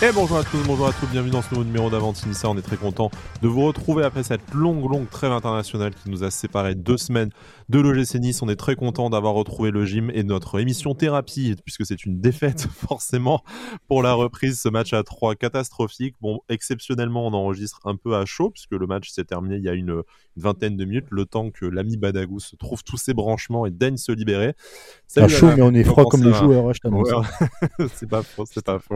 Et bonjour à tous, bonjour à toutes, bienvenue dans ce nouveau numéro d'Avantinissa. On est très content de vous retrouver après cette longue trêve internationale qui nous a séparé 2 semaines de l'OGC Nice. On est très content d'avoir retrouvé le gym et notre émission thérapie, puisque c'est une défaite forcément pour la reprise. Ce match à 3 catastrophique. Bon, exceptionnellement, on enregistre un peu à chaud, puisque le match s'est terminé il y a une vingtaine de minutes, le temps que l'ami Badagou se trouve tous ses branchements et daigne se libérer. Salut, chaud, mais on est froid comme les joueurs, je t'annonce. Ouais, c'est pas faux.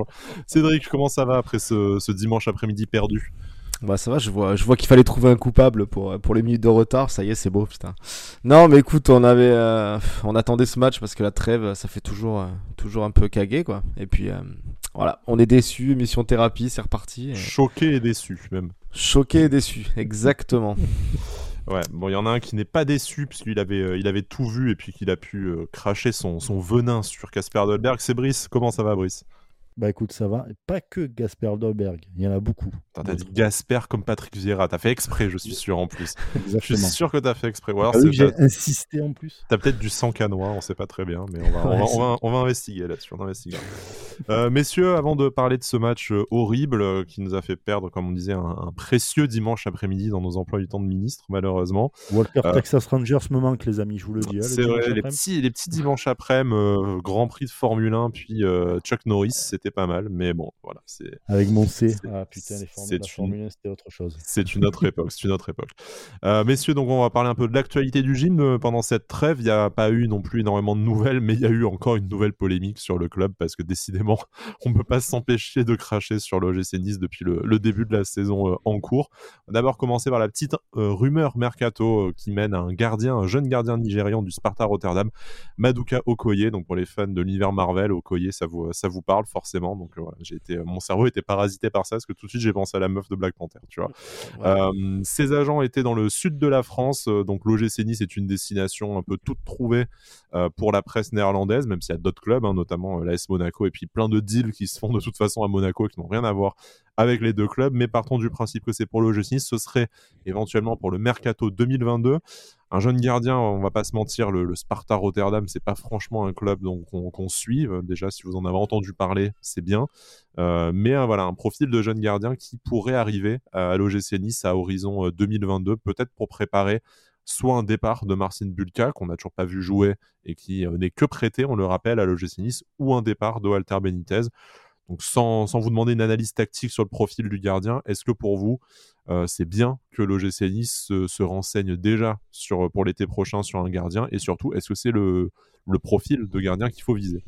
Cédric, comment ça va après ce dimanche après-midi perdu? Bah ça va, je vois qu'il fallait trouver un coupable pour les minutes de retard. Ça y est, c'est beau, putain. Non, mais écoute, on attendait ce match parce que la trêve, ça fait toujours un peu caguer, quoi. Et puis voilà, on est déçus. Mission thérapie, c'est reparti. Choqué et déçu même. Choqué et déçu, exactement. Ouais, bon, il y en a un qui n'est pas déçu puisqu'il avait tout vu et puis qu'il a pu cracher son venin sur Casper Dolberg. C'est Brice. Comment ça va, Brice? Bah écoute, ça va. Et pas que Gasper Dolberg, il y en a beaucoup. T'as dit Gasper comme Patrick Vieira. T'as fait exprès, je suis sûr, en plus. Exactement. Je suis sûr que t'as fait exprès. Alors, j'ai insisté en plus. T'as peut-être du sang canois, on sait pas très bien, mais on va investiguer là-dessus. Messieurs, avant de parler de ce match horrible qui nous a fait perdre, comme on disait, un précieux dimanche après-midi dans nos emplois du temps de ministre, malheureusement. Walker Texas Rangers me manque, les amis, je vous le dis. C'est vrai, les petits dimanches après-midi, Grand Prix de Formule 1, puis Chuck Norris, c'était pas mal, mais bon, voilà. Avec mon C. Ah putain, la Formule 1, c'était autre chose. C'est une autre époque, messieurs, donc on va parler un peu de l'actualité du gym. Pendant cette trêve, il n'y a pas eu non plus énormément de nouvelles, mais il y a eu encore une nouvelle polémique sur le club, parce que décidément, on ne peut pas s'empêcher de cracher sur l'OGC Nice depuis le début de la saison en cours. On va d'abord commencer par la petite rumeur mercato qui mène à un jeune gardien nigérian du Sparta Rotterdam, Maduka Okoye. Donc pour les fans de l'univers Marvel, Okoye, ça vous parle forcément. Donc voilà, mon cerveau était parasité par ça, parce que tout de suite j'ai pensé à la meuf de Black Panther, tu vois. Ouais. Ses agents étaient dans le sud de la France, donc l'OGC Nice est une destination un peu toute trouvée pour la presse néerlandaise, même s'il y a d'autres clubs, notamment l'AS Monaco, et puis plein de deals qui se font de toute façon à Monaco qui n'ont rien à voir avec les deux clubs. Mais partons du principe que c'est pour l'OGC Nice, ce serait éventuellement pour le mercato 2022. Un jeune gardien, on va pas se mentir, le Sparta Rotterdam, c'est pas franchement un club qu'on suive. Déjà, si vous en avez entendu parler, c'est bien. Mais voilà, un profil de jeune gardien qui pourrait arriver à l'OGC Nice à horizon 2022, peut-être pour préparer soit un départ de Marcin Bulka, qu'on n'a toujours pas vu jouer et qui n'est que prêté, on le rappelle, à l'OGC Nice, ou un départ de Walter Benitez. Donc sans vous demander une analyse tactique sur le profil du gardien, est-ce que pour vous, c'est bien que l'OGC Nice se renseigne déjà pour l'été prochain sur un gardien, et surtout, est-ce que c'est le profil de gardien qu'il faut viser?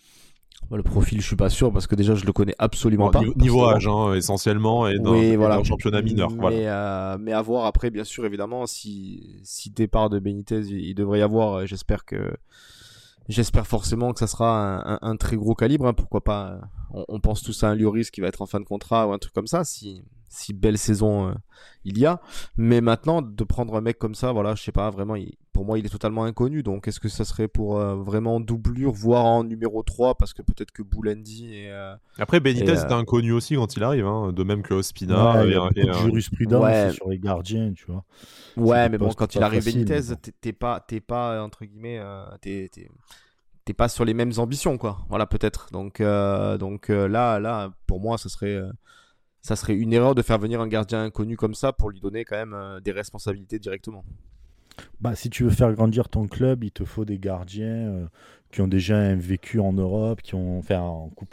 Le profil, je suis pas sûr parce que déjà je le connais absolument pas. Niveau âge, essentiellement, et dans championnat mineur. Mais à voir après, bien sûr, évidemment, si départ de Benitez, il devrait y avoir. J'espère forcément que ça sera un très gros calibre. Pourquoi pas on pense tous à un Lloris qui va être en fin de contrat ou un truc comme ça, si belle saison il y a. Mais maintenant, de prendre un mec comme ça, voilà, je sais pas, vraiment, pour moi, il est totalement inconnu. Donc, est-ce que ça serait pour vraiment doublure, voire en numéro 3, parce que peut-être que Boulendi et... Après, Benitez était inconnu aussi quand il arrive, de même que Ospina. Il y a beaucoup de jurisprudence sur les gardiens, tu vois. Ouais, mais bon, quand il arrive Benitez, t'es pas, entre guillemets, t'es pas sur les mêmes ambitions, quoi. Voilà, peut-être. Donc là, pour moi, ça serait une erreur de faire venir un gardien inconnu comme ça pour lui donner quand même des responsabilités directement. Bah, si tu veux faire grandir ton club, il te faut des gardiens qui ont déjà un vécu en Europe, qui ont fait en coupe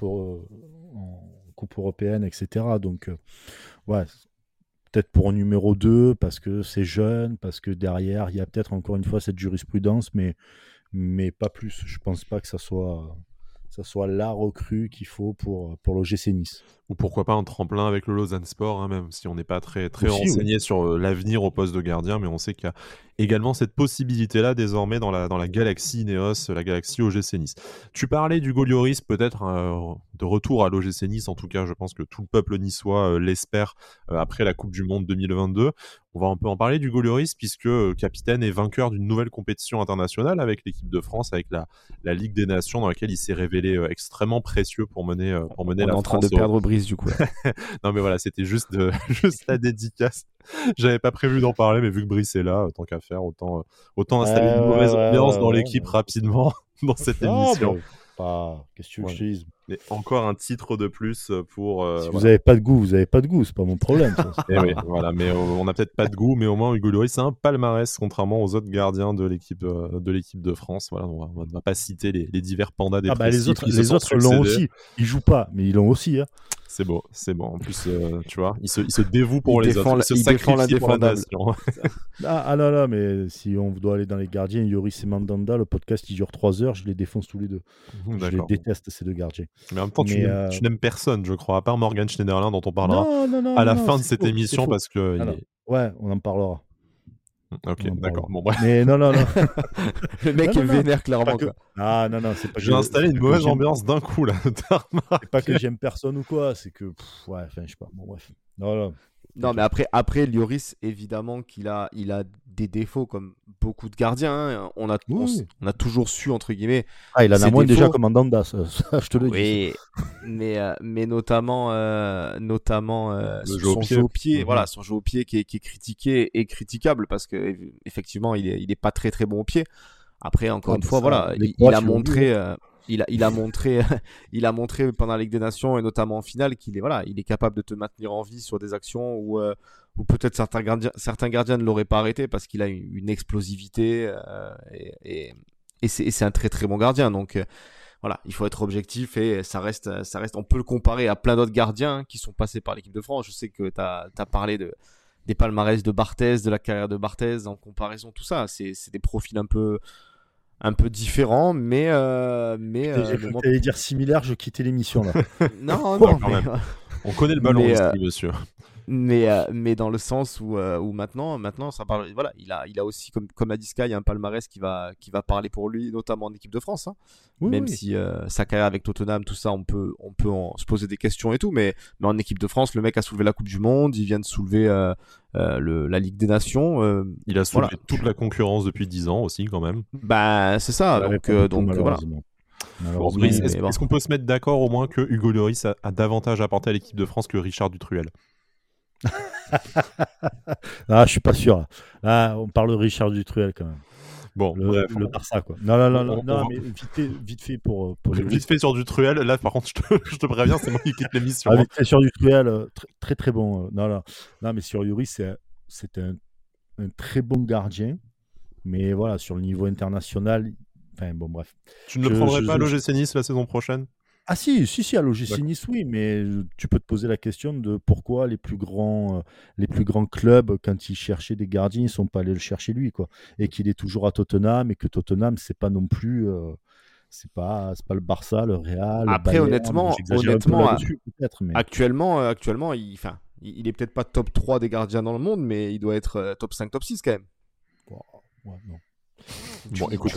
européenne, etc. Donc, ouais, peut-être pour numéro 2, parce que c'est jeune, parce que derrière, il y a peut-être encore une fois cette jurisprudence, mais pas plus. Je pense pas que ça soit la recrue qu'il faut pour l'OGC Nice. Ou pourquoi pas un tremplin avec le Lausanne Sport, même si on n'est pas très renseigné sur l'avenir au poste de gardien, mais on sait qu'il y a également cette possibilité-là désormais dans la galaxie Ineos, la galaxie OGC Nice. Tu parlais du Lloris, peut-être de retour à l'OGC Nice, en tout cas je pense que tout le peuple niçois l'espère après la Coupe du Monde 2022. On va un peu en parler du Lloris, puisque capitaine et vainqueur d'une nouvelle compétition internationale avec l'équipe de France, avec la Ligue des Nations, dans laquelle il s'est révélé extrêmement précieux pour mener la France. On est en train de perdre Brice du coup. Non mais voilà, c'était juste la dédicace. J'avais pas prévu d'en parler, mais vu que Brice est là, tant qu'à faire, autant installer une mauvaise ambiance dans l'équipe rapidement dans cette émission. Qu'est-ce que je te dise ? Mais encore un titre de plus pour. Si vous n'avez pas de goût, vous n'avez pas de goût, c'est pas mon problème. Et oui, voilà, mais on n'a peut-être pas de goût, mais au moins Hugo Lloris c'est un palmarès contrairement aux autres gardiens de l'équipe de France. Voilà, on va pas citer les divers pandas des les autres l'ont aussi. Ils jouent pas, mais ils l'ont aussi. Hein. C'est beau. En plus, tu vois, il se dévoue pour les autres. Il se défend sacrifie pour la nation. Non, mais si on doit aller dans les gardiens, Lloris et Mandanda, le podcast il dure 3 heures, je les défonce tous les deux. Je les déteste ces deux gardiens. Mais en même temps, tu n'aimes personne, je crois, à part Morgan Schneiderlin dont on parlera non, à la fin de cette émission parce que. Ouais, on en parlera. Ok, d'accord. Bon, bref. Mais non. Le mec est vénère, clairement. Quoi. Non, c'est pas J'ai installé une mauvaise ambiance d'un coup, là. C'est pas que j'aime personne ou quoi, c'est que. Je sais pas. Bon, bref. Non, mais après Lloris, évidemment qu'il a des défauts comme beaucoup de gardiens. Hein. On a toujours su, entre guillemets. Il en a moins déjà comme Mandanda, ça, je te le dis. Oui, mais notamment son jeu au pied. Voilà, son jeu au pied qui est critiqué et critiquable parce que effectivement, il est pas très très bon au pied. Après, encore une fois, voilà, il a montré. Il a montré pendant la Ligue des Nations et notamment en finale qu'il est capable de te maintenir en vie sur des actions où peut-être certains gardiens ne l'auraient pas arrêté parce qu'il a une explosivité et c'est un très très bon gardien. Donc voilà, il faut être objectif et ça reste. On peut le comparer à plein d'autres gardiens qui sont passés par l'équipe de France. Je sais que tu as parlé des palmarès de Barthez, de la carrière de Barthez en comparaison, tout ça. C'est des profils un peu différent, mais j'allais dire similaire, je quittais l'émission là. non, on connaît le ballon ici, monsieur. Mais dans le sens où maintenant ça parle. Voilà, il a aussi comme a dit Sky, un palmarès qui va parler pour lui, notamment en équipe de France. Hein. Même si sa carrière avec Tottenham, tout ça, on peut se poser des questions et tout, mais en équipe de France, le mec a soulevé la Coupe du Monde, il vient de soulever la Ligue des Nations. Il a soulevé toute la concurrence depuis 10 ans aussi, quand même. Bah, c'est ça. Donc voilà. Est-ce qu'on peut se mettre d'accord au moins que Hugo Lloris a davantage apporté à l'équipe de France que Richard Dutruel? Je suis pas sûr. On parle de Richard Dutruel quand même. Bon, le Barça quoi. Non, mais vite fait pour vite fait sur Dutruel. Là, par contre, je te préviens, c'est moi qui quitte l'émission. Vite fait sur Dutruel, très très bon. Non, mais sur Lloris, c'est un très bon gardien, mais voilà, sur le niveau international, enfin bon, bref. Tu ne le prendrais pas à l'OGC Nice la saison prochaine? Ah si, à l'OGC Nice, oui, mais tu peux te poser la question de pourquoi les plus grands clubs, quand ils cherchaient des gardiens, ils ne sont pas allés le chercher lui, quoi. Et qu'il est toujours à Tottenham, et que Tottenham, c'est pas non plus, c'est pas le Barça, le Real. Après, Bayern, honnêtement, mais... actuellement, il est peut-être pas top 3 des gardiens dans le monde, mais il doit être top 5, top 6 quand même. Ouais, non. Bon, écoute,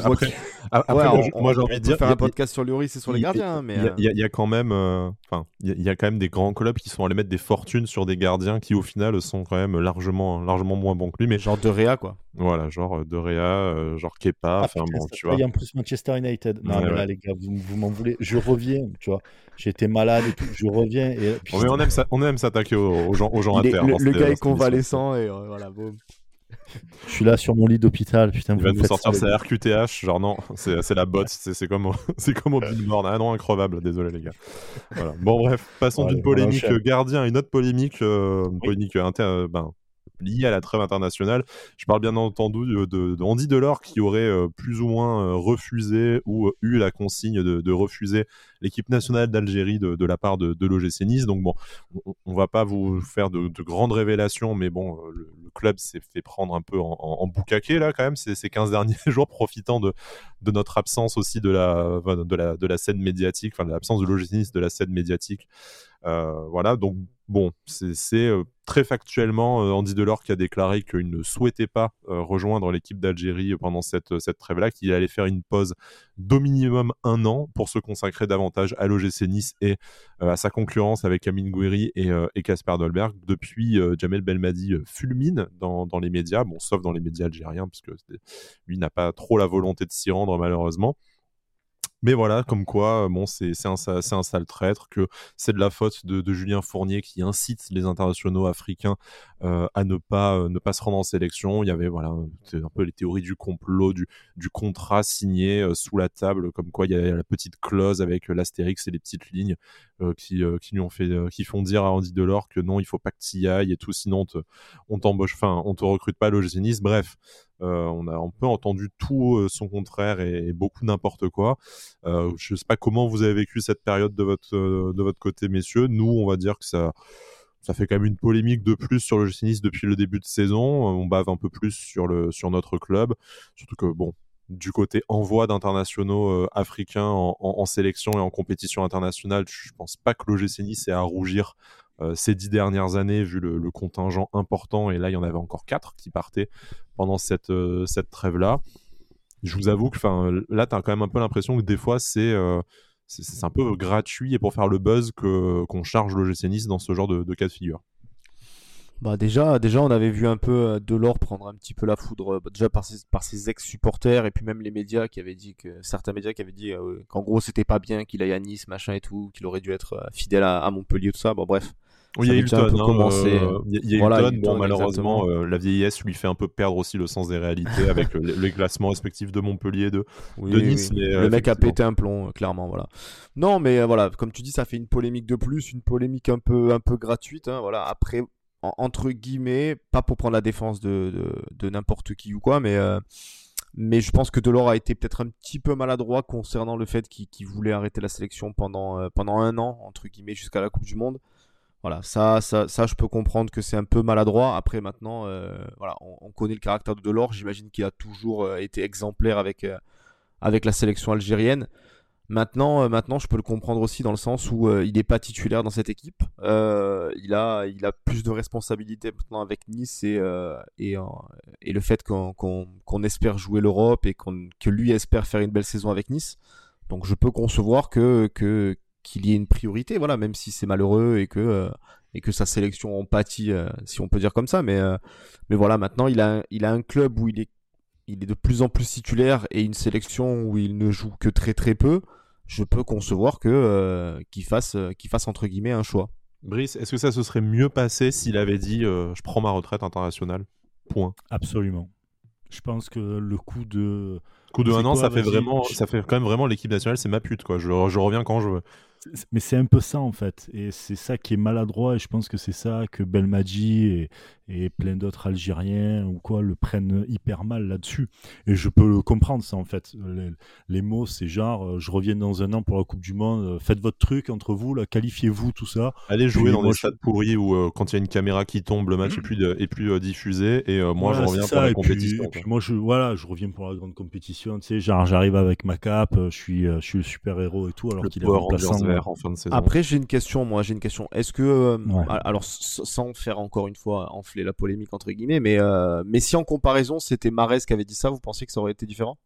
moi j'ai envie de dire, faire un podcast sur Lloris et sur les gardiens, mais il y a quand même, il y a quand même des grands clubs qui sont allés mettre des fortunes sur des gardiens qui au final sont quand même largement moins bons que lui, mais genre De Rea quoi. Voilà, genre De Rea, genre Kepa, tu vois. Il y a en plus Manchester United. Non, mais là les gars, vous m'en voulez. Je reviens, tu vois. J'étais malade et tout. Je reviens et. Mais on aime s'attaquer aux gens à terre. Le gars est convalescent et voilà, boum. Je suis là sur mon lit d'hôpital, putain. Il va nous sortir sa RQTH, genre non, c'est la botte, c'est comme au Billboard. Ah non, incroyable, désolé les gars. Voilà. Bon bref, passons d'une polémique gardien à une autre polémique, polémique liée à la trêve internationale. Je parle bien entendu de Andy Delors qui aurait plus ou moins refusé ou eu la consigne de refuser l'équipe nationale d'Algérie de la part de l'OGC Nice. Donc bon, on va pas vous faire de grandes révélations, mais bon, le club s'est fait prendre un peu en boucaquet là quand même ces 15 derniers jours, profitant de notre absence aussi de la scène médiatique, enfin de l'absence de l'OGC Nice de la scène médiatique. Voilà, donc bon, c'est très factuellement Andy Delors qui a déclaré qu'il ne souhaitait pas rejoindre l'équipe d'Algérie pendant cette trêve-là, qu'il allait faire une pause d'au minimum 1 an pour se consacrer davantage à l'OGC Nice et à sa concurrence avec Amine Gouiri et Kasper Dolberg. Depuis, Djamel Belmadi fulmine dans les médias, bon, sauf dans les médias algériens, parce que lui n'a pas trop la volonté de s'y rendre malheureusement. Mais voilà, comme quoi, bon, c'est un sale traître, que c'est de la faute de Julien Fournier qui incite les internationaux africains à ne pas se rendre en sélection. Il y avait voilà, c'est un peu les théories du complot, du contrat signé sous la table, comme quoi il y a la petite clause avec l'astérix et les petites lignes qui lui ont fait, qui font dire à Andy Delors que non, il faut pas que tu y ailles et tout, sinon on t'embauche, enfin, on te recrute pas à l'OGC Nice. Bref, on a un peu entendu tout son contraire et beaucoup n'importe quoi. Je ne sais pas comment vous avez vécu cette période de votre côté, messieurs. Nous, on va dire que ça fait quand même une polémique de plus sur le GC Nice depuis le début de saison. On bave un peu plus sur notre club. Surtout que, bon, du côté envoi d'internationaux africains en sélection et en compétition internationale, je ne pense pas que l'OGC Nice ait à rougir ces 10 dernières années, vu le contingent important. Et là, il y en avait encore 4 qui partaient pendant cette trêve-là. Je vous avoue que là, tu as quand même un peu l'impression que des fois, c'est un peu gratuit et pour faire le buzz qu'on charge l'OGC Nice dans ce genre de cas de figure. Bah déjà, on avait vu un peu Delors prendre un petit peu la foudre, déjà par ses ex-supporters et puis même les médias qui avaient dit certains médias qui avaient dit qu'en gros c'était pas bien qu'il aille à Nice, machin et tout, qu'il aurait dû être fidèle à Montpellier, tout ça. Bon bref. Oui, il y a Hilton. Il y a Voilà, Hilton. Bon, malheureusement, la vieillesse lui fait un peu perdre aussi le sens des réalités avec les classements respectifs de Montpellier, de Nice. Oui. Mais, le mec a pété un plomb, clairement, voilà. Non, mais voilà, comme tu dis, ça fait une polémique de plus, une polémique un peu gratuite, hein, voilà. Après, entre guillemets, pas pour prendre la défense de n'importe qui ou quoi, mais je pense que Delors a été peut-être un petit peu maladroit concernant le fait qu'il voulait arrêter la sélection pendant un an, entre guillemets, jusqu'à la Coupe du Monde. Voilà, ça, je peux comprendre que c'est un peu maladroit. Après, maintenant, voilà, on connaît le caractère de Delors. J'imagine qu'il a toujours été exemplaire avec la sélection algérienne. Maintenant, je peux le comprendre aussi dans le sens où il n'est pas titulaire dans cette équipe. Il a plus de responsabilités maintenant avec Nice et le fait qu'on espère jouer l'Europe et que lui espère faire une belle saison avec Nice. Donc, je peux concevoir qu'il y ait une priorité, voilà, même si c'est malheureux et que sa sélection en pâtit, si on peut dire comme ça. Mais voilà, maintenant, il a un club où il est de plus en plus titulaire et une sélection où il ne joue que très très peu. Je peux concevoir qu'il fasse entre guillemets un choix. Brice, est-ce que ça se serait mieux passé s'il avait dit je prends ma retraite internationale? Point. Absolument. Je pense que le coup de 1 an, ça fait quand même vraiment l'équipe nationale, c'est ma pute, quoi. Je reviens quand je veux. Mais c'est un peu ça en fait, et c'est ça qui est maladroit, et je pense que c'est ça que Belmadi et plein d'autres Algériens ou quoi le prennent hyper mal là-dessus. Et je peux le comprendre ça en fait. Les mots, c'est genre je reviens dans 1 an pour la Coupe du Monde, faites votre truc entre vous, là, qualifiez-vous, tout ça. Allez jouer dans des stades pourris où quand il y a une caméra qui tombe, le match est plus diffusé, et moi je reviens pour la compétition. Et puis moi je reviens pour la grande compétition, tu sais, genre j'arrive avec ma cape, je suis le super-héros et tout, alors qu'il est remplaçant. En fin de saison. Après, j'ai une question. Est-ce que, alors sans faire encore une fois enfler la polémique entre guillemets, mais si en comparaison c'était Mahrez qui avait dit ça, vous pensez que ça aurait été différent?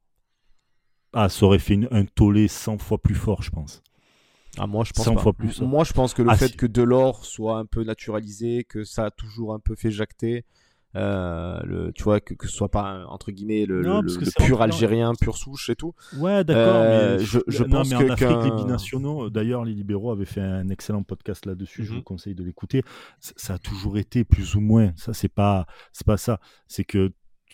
Ah, ça aurait fait un tollé 100 fois plus fort, je pense. Ah, moi je pense 100 pas. fois plus. Moi je pense que le fait que Delors soit un peu naturalisé, que ça a toujours un peu fait jacter, tu vois, que ce soit pas entre guillemets le pur algérien, pur souche et tout. Ouais, d'accord, mais je pense mais en Afrique, les binationaux, d'ailleurs, les libéraux avaient fait un excellent podcast là-dessus. Je vous conseille de l'écouter. Ça a toujours été plus ou moins. Ça, c'est pas ça. C'est que,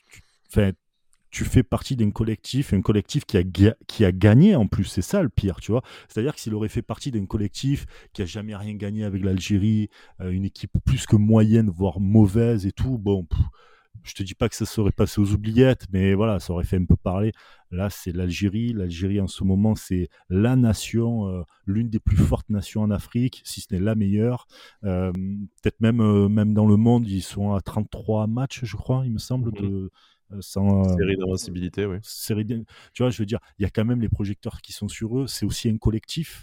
tu fais partie d'un collectif, un collectif qui a gagné en plus, c'est ça le pire, tu vois. C'est-à-dire que s'il aurait fait partie d'un collectif qui a jamais rien gagné avec l'Algérie, une équipe plus que moyenne, voire mauvaise et tout, bon, je te dis pas que ça serait passé aux oubliettes, mais voilà, ça aurait fait un peu parler. Là, c'est l'Algérie. L'Algérie, en ce moment, c'est la nation, l'une des plus fortes nations en Afrique, si ce n'est la meilleure. Peut-être même dans le monde, ils sont à 33 matchs, je crois, il me semble, série d'invincibilité, oui. Tu vois, je veux dire, il y a quand même les projecteurs qui sont sur eux. C'est aussi un collectif.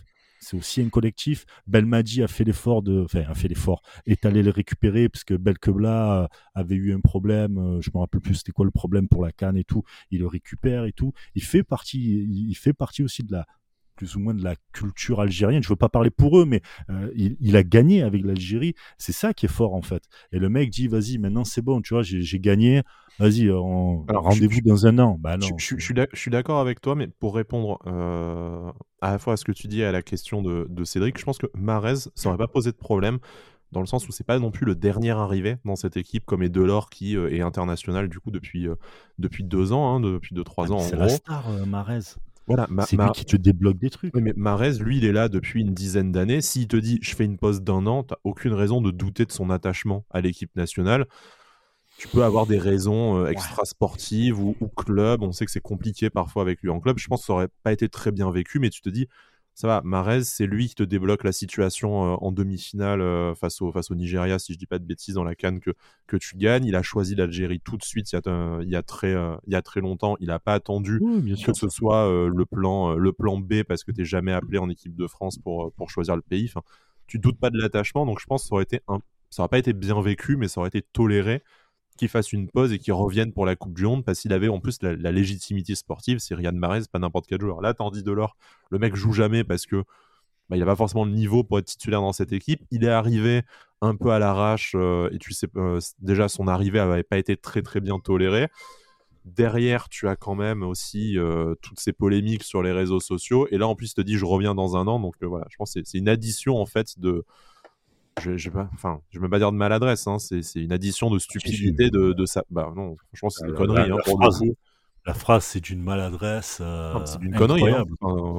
Belmadi a fait l'effort est allé le récupérer parce que Belkebla avait eu un problème. Je me rappelle plus c'était quoi le problème pour la CAN et tout. Il le récupère et tout. Il fait partie aussi de plus ou moins de la culture algérienne. Je veux pas parler pour eux, mais il a gagné avec l'Algérie. C'est ça qui est fort en fait. Et le mec dit vas-y, maintenant c'est bon, tu vois, j'ai gagné. Vas-y, rendez-vous dans un an. Bah non. Je suis d'accord avec toi, mais pour répondre à la fois à ce que tu dis et à la question de Cédric, je pense que Mahrez, ça n'aurait pas posé de problème, dans le sens où c'est pas non plus le dernier arrivé dans cette équipe, comme est Delors, qui est international du coup depuis 2 ans, hein, depuis 2-3 ans en C'est gros. la star, Mahrez. Voilà, C'est lui qui te débloque des trucs. Oui, mais Mahrez, lui, il est là depuis une dizaine d'années. S'il te dit je fais une pause d'1 an, t'as aucune raison de douter de son attachement à l'équipe nationale. Tu peux avoir des raisons extra-sportives ou club. On sait que c'est compliqué parfois avec lui en club. Je pense que ça aurait pas été très bien vécu, mais tu te dis, ça va, Mahrez, c'est lui qui te débloque la situation en demi-finale face au Nigeria, si je dis pas de bêtises, dans la CAN que tu gagnes. Il a choisi l'Algérie tout de suite il y a très longtemps. Il n'a pas attendu que ce soit le plan B, parce que tu n'es jamais appelé en équipe de France pour choisir le pays. Enfin, tu doutes pas de l'attachement, donc je pense que ça aurait pas été bien vécu, mais ça aurait été toléré qu'il fasse une pause et qu'il revienne pour la Coupe du Monde, parce qu'il avait en plus la légitimité sportive. C'est Riyad Mahrez, pas n'importe quel joueur. Là, Tandy Delors, le mec joue jamais parce que il n'a pas forcément le niveau pour être titulaire dans cette équipe. Il est arrivé un peu à l'arrache et tu sais, déjà son arrivée n'avait pas été très très bien tolérée. Derrière, tu as quand même aussi toutes ces polémiques sur les réseaux sociaux, et là en plus il te dit je reviens dans 1 an, donc voilà, je pense que c'est une addition en fait de... Je vais même pas dire de maladresse, hein, c'est une addition de stupidité de ça. Bah non, franchement, c'est une connerie. La phrase, c'est d'une maladresse. C'est d'une connerie. Incroyable.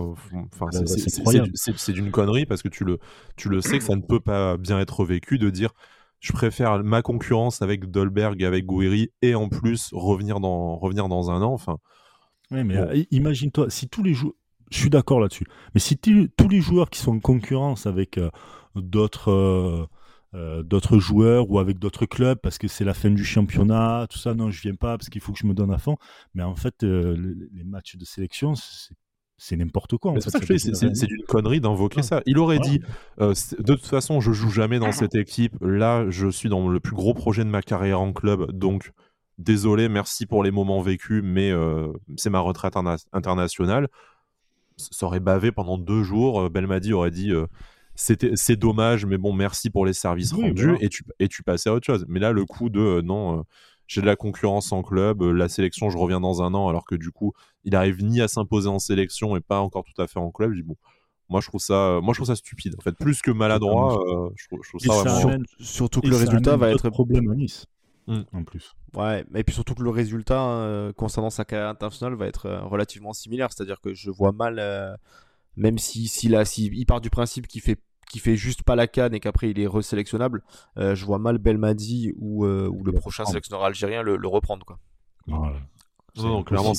C'est d'une connerie, parce que tu le sais que ça ne peut pas bien être vécu de dire je préfère ma concurrence avec Dolberg, avec Gouiri, et en plus revenir dans 1 an. Enfin. Oui, mais imagine-toi, si tous les joueurs. Je suis d'accord là-dessus. Mais si tous les joueurs qui sont en concurrence avec d'autres joueurs ou avec d'autres clubs, parce que c'est la fin du championnat, tout ça, non, je viens pas parce qu'il faut que je me donne à fond. Mais en fait, les matchs de sélection, c'est n'importe quoi. C'est ça que je fais, c'est d'une connerie d'invoquer ça. Il aurait dit de toute façon, je joue jamais dans cette équipe. Là, je suis dans le plus gros projet de ma carrière en club, donc désolé, merci pour les moments vécus, mais c'est ma retraite internationale. Ça aurait bavé pendant 2 jours. Belmadi aurait dit c'est dommage, mais bon, merci pour les services rendus, voilà. et tu passais à autre chose. Mais là, le coup de non, j'ai de la concurrence en club, la sélection, je reviens dans 1 an, alors que du coup, il arrive ni à s'imposer en sélection et pas encore tout à fait en club. Je dis bon, moi je trouve ça stupide. En fait, plus que maladroit, je trouve ça vraiment. Surtout que le résultat va être problème à Nice. En plus. Ouais, et puis surtout que le résultat concernant sa carrière internationale va être relativement similaire, c'est-à-dire que je vois mal, même s'il part du principe qu'il fait juste pas la CAN et qu'après il est resélectionnable, je vois mal Belmadi ou le prochain sélectionneur algérien le reprendre, quoi. Voilà. Non, clairement,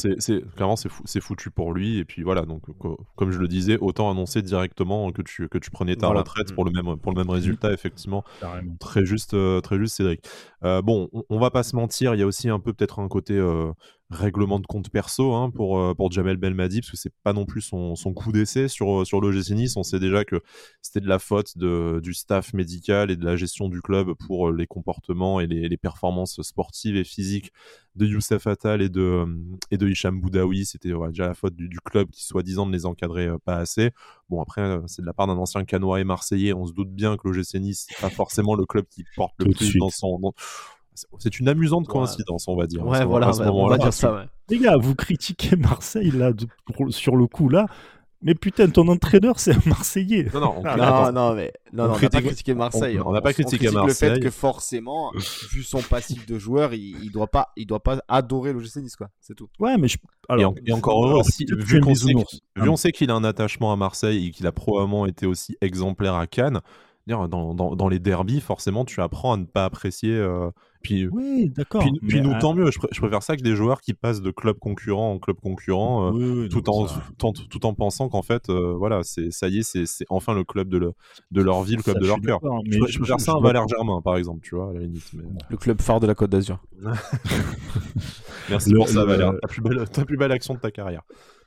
c'est foutu pour lui. Et puis voilà, donc comme je le disais, autant annoncer directement que tu prenais ta retraite pour le même résultat, effectivement. Carrément. Très juste, Cédric. Bon, on va pas se mentir, il y a aussi un peu peut-être un côté règlement de compte perso, hein, pour Djamel Belmadi, parce que c'est pas non plus son coup d'essai sur l'OGC Nice. On sait déjà que c'était de la faute du staff médical et de la gestion du club pour les comportements et les performances sportives et physiques de Youssef Attal et de Hicham Boudaoui. C'était déjà la faute du club qui soi-disant ne les encadrait pas assez. Bon, après, c'est de la part d'un ancien Canois et Marseillais. On se doute bien que l'OGC Nice, c'est pas forcément le club qui porte le plus dans son... C'est une amusante coïncidence, on va dire. Ouais, voilà, on va dire ça, ouais. Les gars, vous critiquez Marseille, là, sur le coup, là. Mais putain, ton entraîneur, c'est un Marseillais. Non, on n'a pas critiqué Marseille. On n'a pas critiqué Marseille. Le fait que forcément, vu son passif de joueur, il doit pas adorer l'OGC Nice, quoi. C'est tout. Ouais, mais et encore heureux aussi, vu on sait qu'il a un attachement à Marseille et qu'il a probablement été aussi exemplaire à Cannes. Dans les derbies, forcément, tu apprends à ne pas apprécier. Oui, d'accord. Puis nous, tant mieux. Je préfère ça que des joueurs qui passent de club concurrent en club concurrent, tout en pensant qu'en fait, voilà, ça y est, c'est enfin le club de leur vie, le club de leur cœur. Je préfère ça à Valère Germain, par exemple, tu vois, à la limite. Mais... Le club phare de la Côte d'Azur. Merci pour ça, Valère. Ta plus belle action de ta carrière.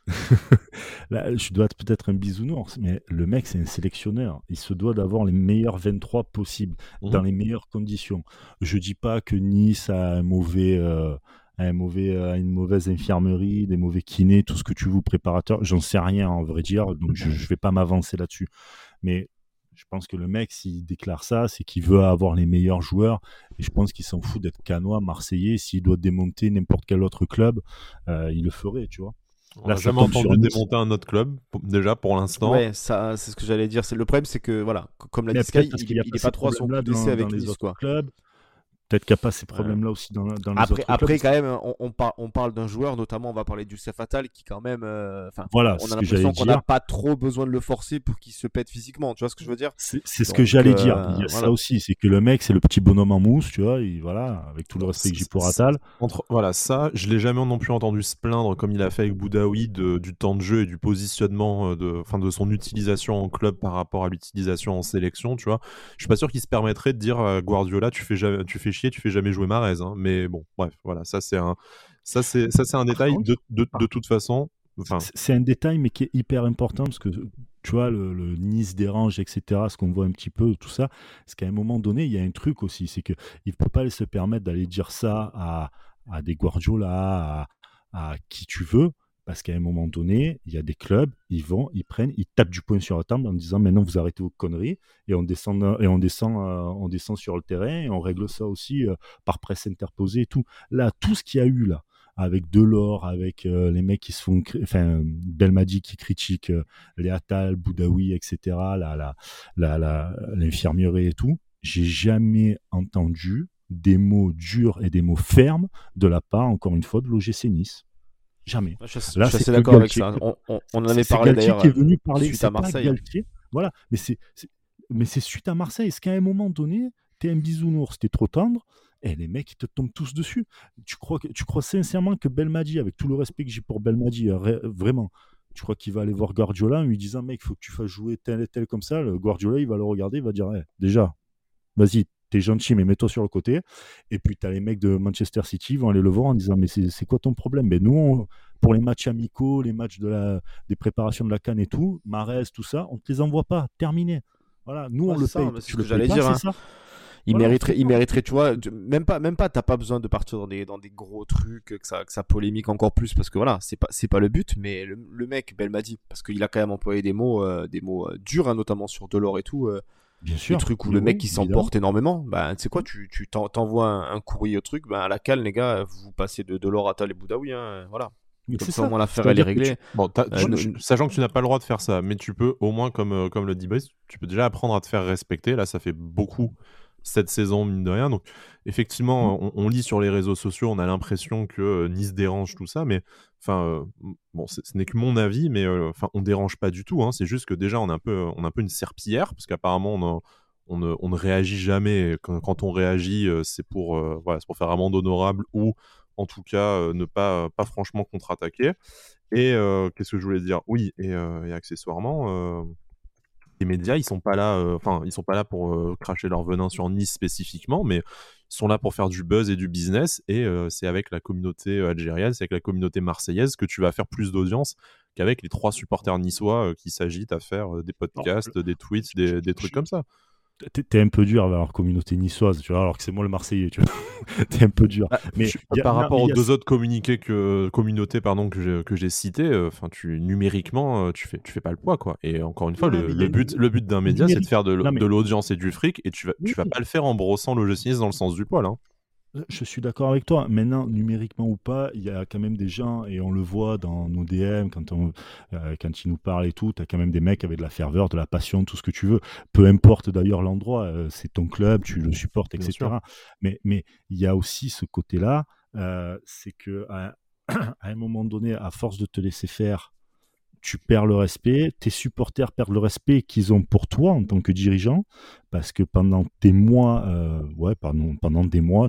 Là, je dois être peut-être un bisounours, mais le mec, c'est un sélectionneur. Il se doit d'avoir les meilleurs 23 possibles, dans les meilleures conditions. Je dis pas que Nice a un mauvais à une mauvaise infirmerie, des mauvais kinés, tout ce que tu veux, préparateur. J'en sais rien, en vrai dire, donc je vais pas m'avancer là-dessus. Mais je pense que le mec, s'il déclare ça, c'est qu'il veut avoir les meilleurs joueurs. Et je pense qu'il s'en fout d'être canois, marseillais. S'il doit démonter n'importe quel autre club, il le ferait, tu vois. On Là, n'a ça jamais tombe sur entendu Nice. démonter un autre club, déjà pour l'instant. Ouais, ça, c'est ce que j'allais dire. Le problème, c'est que, voilà, comme l'a Mais dit Sky, peut-être parce qu'il n'y a il pas est ces pas trop à son problèmes-là coup d'essai dans avec les Nice, autres quoi. clubs. Peut-être qu'il n'y a pas ces Ouais. problèmes-là aussi dans les autres clubs. Après, quand même, on parle d'un joueur, notamment, on va parler du Youssef Attal, qui quand même, Voilà, on c'est a ce que j'allais l'impression qu'on n'a dire. pas trop besoin de le forcer pour qu'il se pète physiquement. Tu vois ce que je veux dire? C'est ce que Donc, j'allais dire. Il y a ça voilà. aussi, c'est que le mec, c'est le petit bonhomme en mousse, tu vois. Voilà, avec tout le Bon, respect que j'ai pour Attal. voilà, ça, je l'ai jamais non plus entendu se plaindre comme il a fait avec Boudaoui du temps de jeu et du positionnement de son utilisation en club par rapport à l'utilisation en sélection, tu vois. Je suis pas sûr qu'il se permettrait de dire Guardiola, tu fais chier, tu fais jamais jouer Mahrez, hein. Mais bon, bref, voilà, ça c'est un Par détail contre, de toute façon. Enfin, c'est un détail, mais qui est hyper important parce que tu vois, le Nice dérange, etc., ce qu'on voit un petit peu, tout ça, c'est qu'à un moment donné, il y a un truc aussi, c'est qu'il ne peut pas se permettre d'aller dire ça à des Guardiola, à qui tu veux, parce qu'à un moment donné, il y a des clubs, ils tapent du poing sur la table en disant maintenant vous arrêtez vos conneries et on descend sur le terrain et on règle ça aussi par presse interposée et tout. Là, tout ce qu'il y a eu là, avec Delors, avec les mecs qui se font... Enfin, Belmadi qui critique les Attal, Boudaoui, etc., l'infirmerie et tout. J'ai jamais entendu des mots durs et des mots fermes de la part, encore une fois, de l'OGC Nice. Jamais. Je Là, suis c'est assez que d'accord avec Galtier. ça. On en avait C'est parlé Galtier d'ailleurs qui est venu parler. suite à C'est pas Marseille. Galtier. Voilà. Mais c'est suite à Marseille. C'est qu'à un moment donné, t'es un bisounours, t'es trop tendre, et les mecs, ils te tombent tous dessus. Tu crois sincèrement que Belmadi, avec tout le respect que j'ai pour Belmadi, vraiment, tu crois qu'il va aller voir Guardiola en lui disant, mec, il faut que tu fasses jouer tel et tel comme ça. Le Guardiola, il va le regarder, il va dire, déjà, vas-y, t'es gentil, mais mets-toi sur le côté. Et puis, t'as les mecs de Manchester City, ils vont aller le voir en disant, mais c'est quoi ton problème? Mais nous, pour les matchs amicaux, les matchs des préparations de la CAN et tout, Mahrez, tout ça, on ne te les envoie pas. Terminé. Voilà, nous, on Ouais, le c'est ça, paye. mais c'est Tu ce le que payes j'allais pas, dire. c'est Hein. ça. Voilà, c'est Il ça. mériterait, tu vois, même pas, t'as pas besoin de partir dans des gros trucs, que ça polémique encore plus, parce que voilà, c'est pas le but, mais le mec, Belmadi, parce qu'il a quand même employé des mots durs, hein, notamment sur Delors et tout, Bien des sûr. trucs où Mais le mec oui, qui évidemment. s'emporte énormément. Bah, tu sais quoi, tu t'envoies un courrier au truc, bah, à la cale, les gars, vous passez de Delors, Attal et Boudaoui, hein, voilà. Mais Comme c'est ça, au ça. moins, l'affaire, elle est C'est-à-dire que réglée. bon, Euh, no- sachant que tu n'as pas le droit de faire ça, mais tu peux au moins, comme le dit Brice, tu peux déjà apprendre à te faire respecter. Là, ça fait beaucoup cette saison, mine de rien. Donc, effectivement, on lit sur les réseaux sociaux, on a l'impression que Nice dérange tout ça, mais enfin, bon, ce n'est que mon avis, mais enfin, on dérange pas du tout. Hein. C'est juste que déjà, on a un peu une serpillière, parce qu'apparemment, on ne réagit jamais. Quand on réagit, c'est pour, voilà, c'est pour faire amende honorable ou en tout cas ne pas franchement contre-attaquer. Et qu'est-ce que je voulais dire? Oui, et accessoirement, les médias, ils sont pas là, ils sont pas là pour cracher leur venin sur Nice spécifiquement, mais ils sont là pour faire du buzz et du business. Et c'est avec la communauté algérienne, c'est avec la communauté marseillaise que tu vas faire plus d'audience qu'avec les 3 supporters niçois qui s'agitent à faire des podcasts, des tweets, des trucs comme ça. T'es un peu dur avec leur communauté niçoise, tu vois, alors que c'est moi le Marseillais, tu vois. T'es un peu dur. Bah, Mais par rapport mais aux 2 autres communautés que j'ai cités, numériquement, tu fais pas le poids, quoi. Et encore une fois, ouais, mais il y a le but d'un média, c'est de numérique. faire Non, mais de l'audience et du fric, et tu oui, vas pas le faire en brossant le Nice dans le sens du poil, hein. je suis d'accord avec toi. Maintenant, numériquement ou pas, il y a quand même des gens, et on le voit dans nos DM, quand ils nous parlent et tout, tu as quand même des mecs avec de la ferveur, de la passion, tout ce que tu veux. Peu importe d'ailleurs l'endroit, c'est ton club, tu le supportes, Bien etc. sûr. Mais il y a aussi ce côté-là, c'est que à un moment donné, à force de te laisser faire, tu perds le respect, tes supporters perdent le respect qu'ils ont pour toi en tant que dirigeant, parce que pendant des mois, pendant des mois,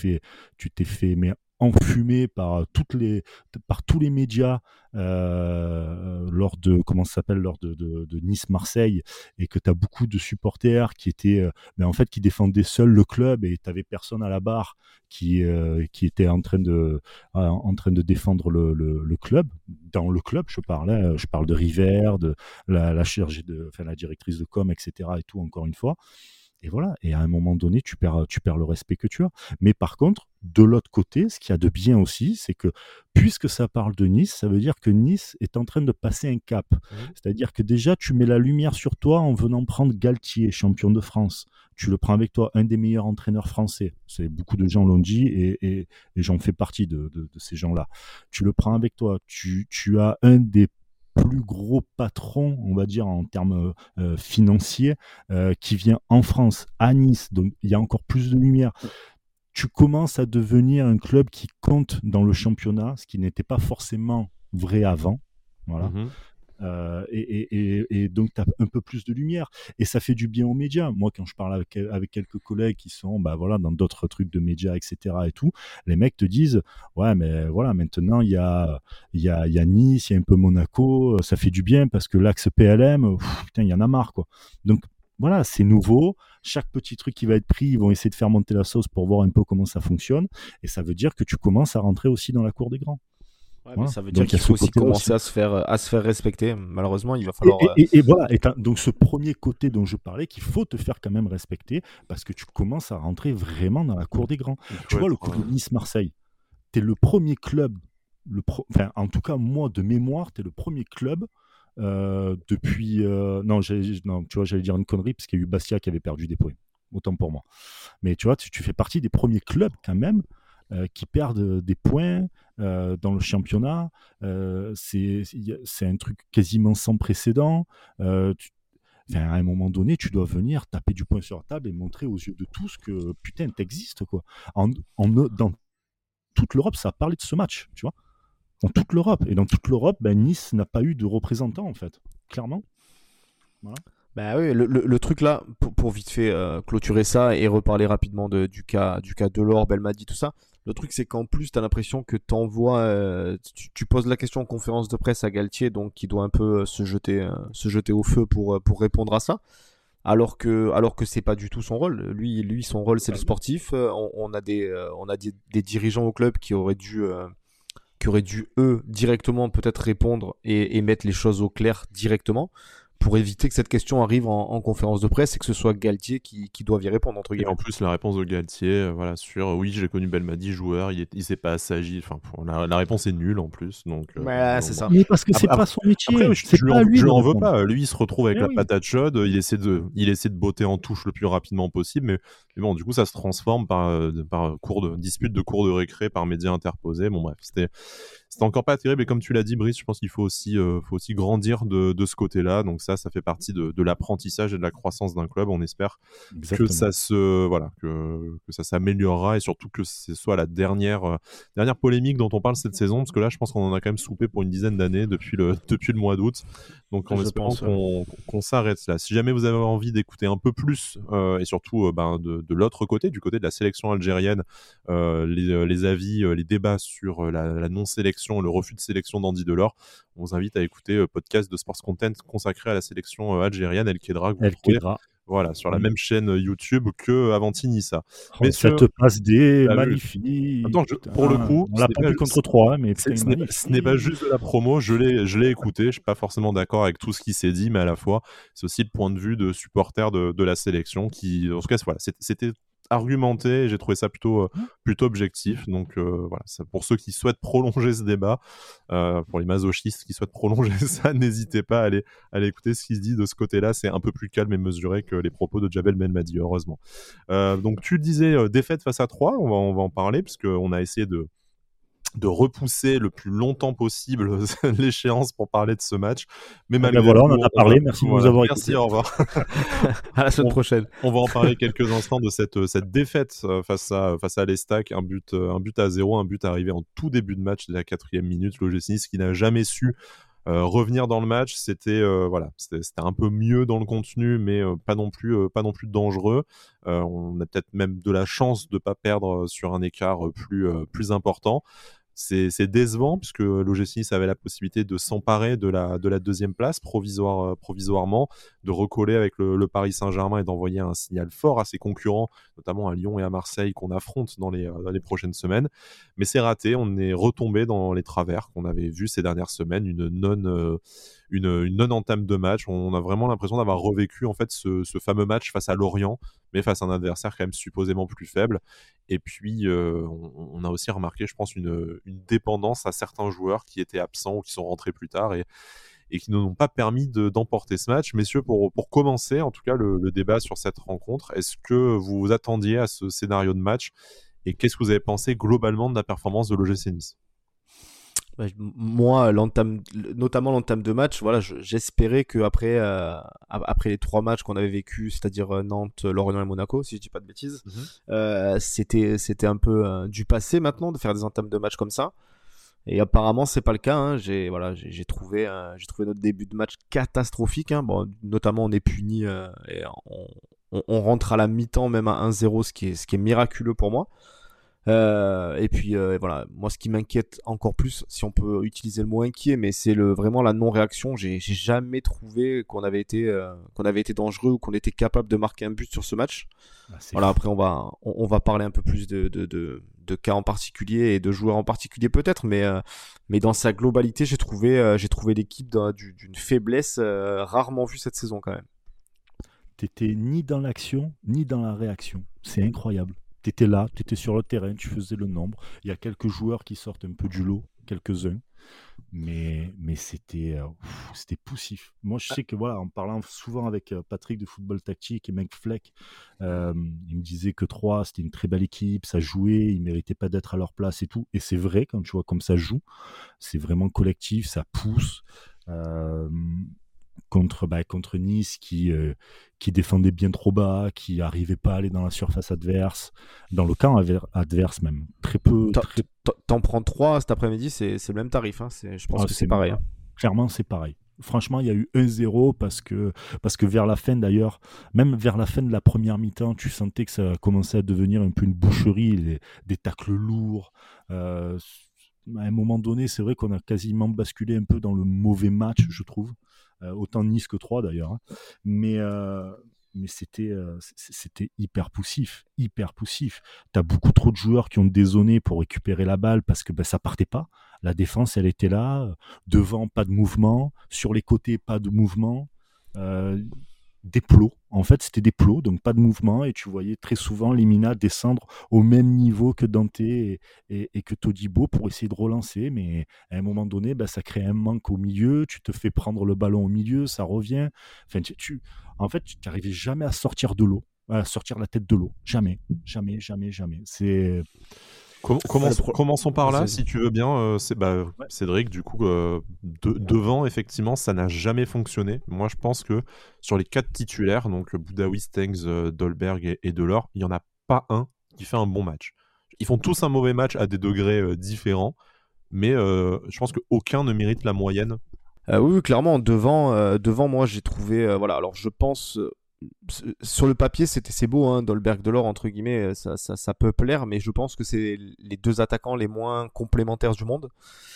tu t'es fait mais enfumé par tous les médias lors de comment ça s'appelle lors de Nice-Marseille, et que tu as beaucoup de supporters qui étaient en fait qui défendaient seuls le club, et tu avais personne à la barre qui était en train de défendre le club. Dans le club, je parle de River, de la chargée la directrice de com, etc. et tout, encore une fois. Et voilà, et à un moment donné, tu perds le respect que tu as. Mais par contre, de l'autre côté, ce qu'il y a de bien aussi, c'est que puisque ça parle de Nice, ça veut dire que Nice est en train de passer un cap. C'est-à-dire que déjà, tu mets la lumière sur toi en venant prendre Galtier, champion de France. Tu le prends avec toi, un des meilleurs entraîneurs français. Beaucoup de gens l'ont dit et j'en fais partie de ces gens-là. Tu le prends avec toi. Tu as un des plus gros patrons, on va dire, en termes financiers, qui vient en France, à Nice. Donc, il y a encore plus de lumière. Tu commences à devenir un club qui compte dans le championnat, ce qui n'était pas forcément vrai avant. Voilà. Et donc, tu as un peu plus de lumière. Et ça fait du bien aux médias. Moi, quand je parle avec quelques collègues qui sont voilà, dans d'autres trucs de médias, etc., et tout, les mecs te disent ouais, mais voilà, maintenant, il y a Nice, il y a un peu Monaco, ça fait du bien parce que l'axe PLM, putain, il y en a marre, quoi. Donc, voilà, c'est nouveau. Chaque petit truc qui va être pris, ils vont essayer de faire monter la sauce pour voir un peu comment ça fonctionne. Et ça veut dire que tu commences à rentrer aussi dans la cour des grands. Ouais, mais ça veut dire qu'il faut aussi commencer à se faire respecter. Malheureusement, il va falloir. Et voilà, donc ce premier côté dont je parlais, qu'il faut te faire quand même respecter, parce que tu commences à rentrer vraiment dans la cour des grands. Tu vois, le coup de Nice-Marseille, t'es le premier club, enfin, en tout cas, moi, de mémoire, t'es le premier club depuis. Non, tu vois, j'allais dire une connerie, parce qu'il y a eu Bastia qui avait perdu des points. Autant pour moi. Mais tu vois, tu fais partie des premiers clubs quand même qui perdent des points dans le championnat. C'est un truc quasiment sans précédent. À un moment donné, tu dois venir taper du poing sur la table et montrer aux yeux de tous que putain, t'existes, quoi. Dans toute l'Europe, ça a parlé de ce match, tu vois. Dans toute l'Europe. Et dans toute l'Europe, Nice n'a pas eu de représentant, en fait. Clairement. Voilà. Bah oui, le truc là, pour vite fait clôturer ça et reparler rapidement du cas Delors, Belmadi, tout ça. Le truc, c'est qu'en plus, tu as l'impression que tu poses la question en conférence de presse à Galtier, donc qui doit un peu se jeter au feu pour répondre à ça. Alors que c'est pas du tout son rôle. Lui son rôle, c'est le sportif. On a des dirigeants au club qui auraient dû eux directement peut-être répondre et mettre les choses au clair directement, pour éviter que cette question arrive en conférence de presse et que ce soit Galtier qui doive y répondre, entre guillemets. Et en plus, la réponse de Galtier, voilà, sur oui, j'ai connu Belmadi, joueur, il s'est pas assagi. Enfin, la réponse est nulle en plus. Donc, c'est ça. Mais parce que c'est pas son métier. Après, je lui en veux pas. Lui, il se retrouve avec la patate chaude. Il essaie de botter en touche le plus rapidement possible. Mais bon, du coup, ça se transforme par dispute de cours de récré par médias interposés. Bon, bref, c'était encore pas terrible. Et comme tu l'as dit, Brice, je pense qu'il faut aussi grandir de ce côté-là. Donc ça fait partie de l'apprentissage et de la croissance d'un club. On espère que ça que ça s'améliorera et surtout que ce soit la dernière polémique dont on parle cette saison, parce que là, je pense qu'on en a quand même soupé pour une dizaine d'années depuis le mois d'août. Donc en espérant qu'on s'arrête là. Si jamais vous avez envie d'écouter un peu plus et surtout de l'autre côté, du côté de la sélection algérienne, les avis, les débats sur la non-sélection, le refus de sélection d'Andy Delors, on vous invite à écouter podcast de Sports Content consacré à la sélection algérienne, El Kedra, voilà, sur la même chaîne YouTube que Avanti Nissa. Mais ça te passe des magnifiques. Attends, pour le coup, on l'a pas vu contre 3, mais ce n'est pas juste de la promo. Je l'ai écouté. Je suis pas forcément d'accord avec tout ce qui s'est dit, mais à la fois, c'est aussi le point de vue de supporters de la sélection qui, en tout cas, voilà, c'était argumenté et j'ai trouvé ça plutôt objectif. Donc voilà, ça, pour ceux qui souhaitent prolonger ce débat, pour les masochistes qui souhaitent prolonger ça, n'hésitez pas à aller écouter ce qui se dit de ce côté-là. C'est un peu plus calme et mesuré que les propos de Djabel Belmadi, heureusement. Donc tu le disais, défaite face à 3, on va en parler parce qu'on a essayé de repousser le plus longtemps possible l'échéance pour parler de ce match. Mais malgré voilà, on en a parlé. Merci de nous avoir écoutés. Merci, au revoir. À la semaine prochaine. On va en parler quelques instants de cette défaite face à l'Estac. Un but à 0, un but arrivé en tout début de match, dès la 4e minute. L'OGC Nice qui n'a jamais su revenir dans le match. C'était un peu mieux dans le contenu, mais pas non plus dangereux. On a peut-être même de la chance de pas perdre sur un écart plus important. C'est décevant puisque l'OGC Nice avait la possibilité de s'emparer de la deuxième place provisoirement, de recoller avec le Paris Saint-Germain et d'envoyer un signal fort à ses concurrents, notamment à Lyon et à Marseille qu'on affronte dans les prochaines semaines. Mais c'est raté, on est retombé dans les travers qu'on avait vus ces dernières semaines, une non-entame de match. On a vraiment l'impression d'avoir revécu en fait ce fameux match face à Lorient, mais face à un adversaire quand même supposément plus faible. Et puis, on a aussi remarqué, je pense, une dépendance à certains joueurs qui étaient absents ou qui sont rentrés plus tard et qui ne nous ont pas permis d'emporter ce match. Messieurs, pour commencer, en tout cas, le débat sur cette rencontre, est-ce que vous vous attendiez à ce scénario de match et qu'est-ce que vous avez pensé globalement de la performance de l'OGC Nice ? Moi, notamment l'entame de match, voilà, j'espérais que après les 3 matchs qu'on avait vécu, c'est-à-dire Nantes, Lorient et Monaco, si je dis pas de bêtises, c'était un peu du passé maintenant de faire des entames de match comme ça. Et apparemment, c'est pas le cas. Hein. J'ai trouvé notre début de match catastrophique. Hein. Bon, notamment, on est puni et on rentre à la mi-temps même à 1-0, ce qui est miraculeux pour moi. Et puis voilà, moi ce qui m'inquiète encore plus, si on peut utiliser le mot inquiet, mais c'est vraiment la non-réaction. J'ai jamais trouvé qu'on avait été dangereux ou qu'on était capable de marquer un but sur ce match. Voilà, après on va parler un peu plus de cas en particulier et de joueurs en particulier peut-être, mais dans sa globalité, j'ai trouvé l'équipe d'une faiblesse rarement vue cette saison quand même. T'étais ni dans l'action ni dans la réaction. C'est incroyable. T'étais là, t'étais sur le terrain, tu faisais le nombre. Il y a quelques joueurs qui sortent un peu du lot, quelques-uns, mais c'était poussif. Moi, je sais que voilà, en parlant souvent avec Patrick de Football Tactique et Mike Fleck, il me disait que 3, c'était une très belle équipe, ça jouait, ils méritaient pas d'être à leur place et tout. Et c'est vrai, quand tu vois comme ça joue, c'est vraiment collectif, ça pousse. Contre Nice qui défendait bien trop bas, qui n'arrivait pas à aller dans la surface adverse, dans le camp adverse même. Très peu. T'en prends 3 cet après-midi, c'est le même tarif. Hein. Je pense que c'est pareil. Hein. Clairement, c'est pareil. Franchement, il y a eu 1-0 parce que vers la fin d'ailleurs, même vers la fin de la première mi-temps, tu sentais que ça commençait à devenir un peu une boucherie, des tacles lourds. À un moment donné, c'est vrai qu'on a quasiment basculé un peu dans le mauvais match, je trouve. Autant Nice que 3 d'ailleurs. Hein. Mais c'était hyper poussif. Tu as beaucoup trop de joueurs qui ont dézonné pour récupérer la balle parce que ça partait pas. La défense, elle était là. Devant, pas de mouvement. Sur les côtés, pas de mouvement. Des plots. En fait, c'était des plots, donc pas de mouvement. Et tu voyais très souvent Lemina descendre au même niveau que Dante et que Todibo pour essayer de relancer. Mais à un moment donné, ça crée un manque au milieu. Tu te fais prendre le ballon au milieu, ça revient. Enfin, en fait, tu n'arrivais jamais à sortir de l'eau, à sortir la tête de l'eau. Jamais. C'est... Commençons par là, si tu veux bien. Cédric, du coup, devant, effectivement, ça n'a jamais fonctionné. Moi, je pense que sur les 4 titulaires, donc Boudaoui, Stengs, Dolberg et Delors, il n'y en a pas un qui fait un bon match. Ils font tous un mauvais match à des degrés différents, mais je pense qu'aucun ne mérite la moyenne. Oui, clairement, devant moi, j'ai trouvé... voilà, alors je pense... sur le papier, c'est beau, hein, Dolberg Delors, entre guillemets, ça peut plaire, mais je pense que c'est les 2 attaquants les moins complémentaires du monde.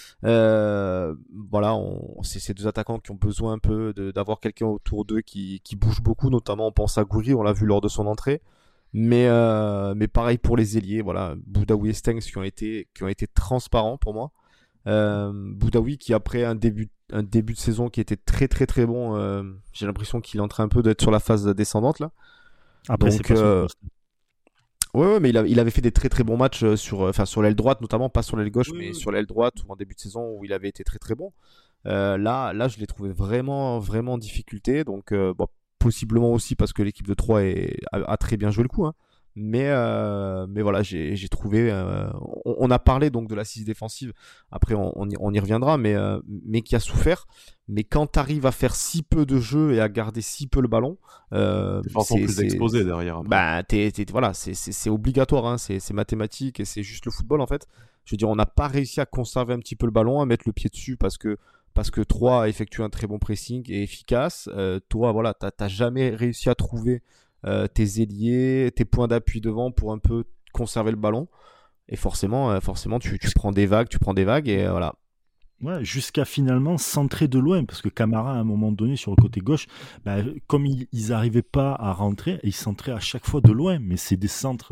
Voilà, c'est ces 2 attaquants qui ont besoin un peu d'avoir quelqu'un autour d'eux qui bouge beaucoup, notamment on pense à Gouiri, on l'a vu lors de son entrée. Mais pareil pour les ailiers, voilà, Boudaoui et Stengs qui ont été transparents pour moi. Boudaoui qui après un début de saison qui était très très très bon, j'ai l'impression qu'il est en train un peu d'être sur la phase descendante là. Après, donc, c'est pas ouais, mais il avait fait des très très bons matchs sur l'aile droite notamment, pas sur l'aile gauche, mais sur l'aile droite ou en début de saison où il avait été très très bon. Là je l'ai trouvé vraiment vraiment en difficulté, donc possiblement aussi parce que l'équipe de 3 a très bien joué le coup, hein. Mais voilà, j'ai trouvé... on a parlé donc de l'assise défensive, après on y reviendra, mais qui a souffert. Mais quand tu arrives à faire si peu de jeu et à garder si peu le ballon... t'es forcément plus exposé derrière. Voilà, c'est obligatoire, hein, c'est mathématique et c'est juste le football en fait. Je veux dire, on n'a pas réussi à conserver un petit peu le ballon, à mettre le pied dessus parce que 3 a effectué un très bon pressing et efficace. Toi, voilà, t'as jamais réussi à trouver... tes ailiers, tes points d'appui devant pour un peu conserver le ballon. Et forcément tu prends des vagues et voilà. Ouais, jusqu'à finalement centrer de loin, parce que Camara, à un moment donné, sur le côté gauche, comme ils n'arrivaient pas à rentrer, ils centraient à chaque fois de loin, mais c'est des centres...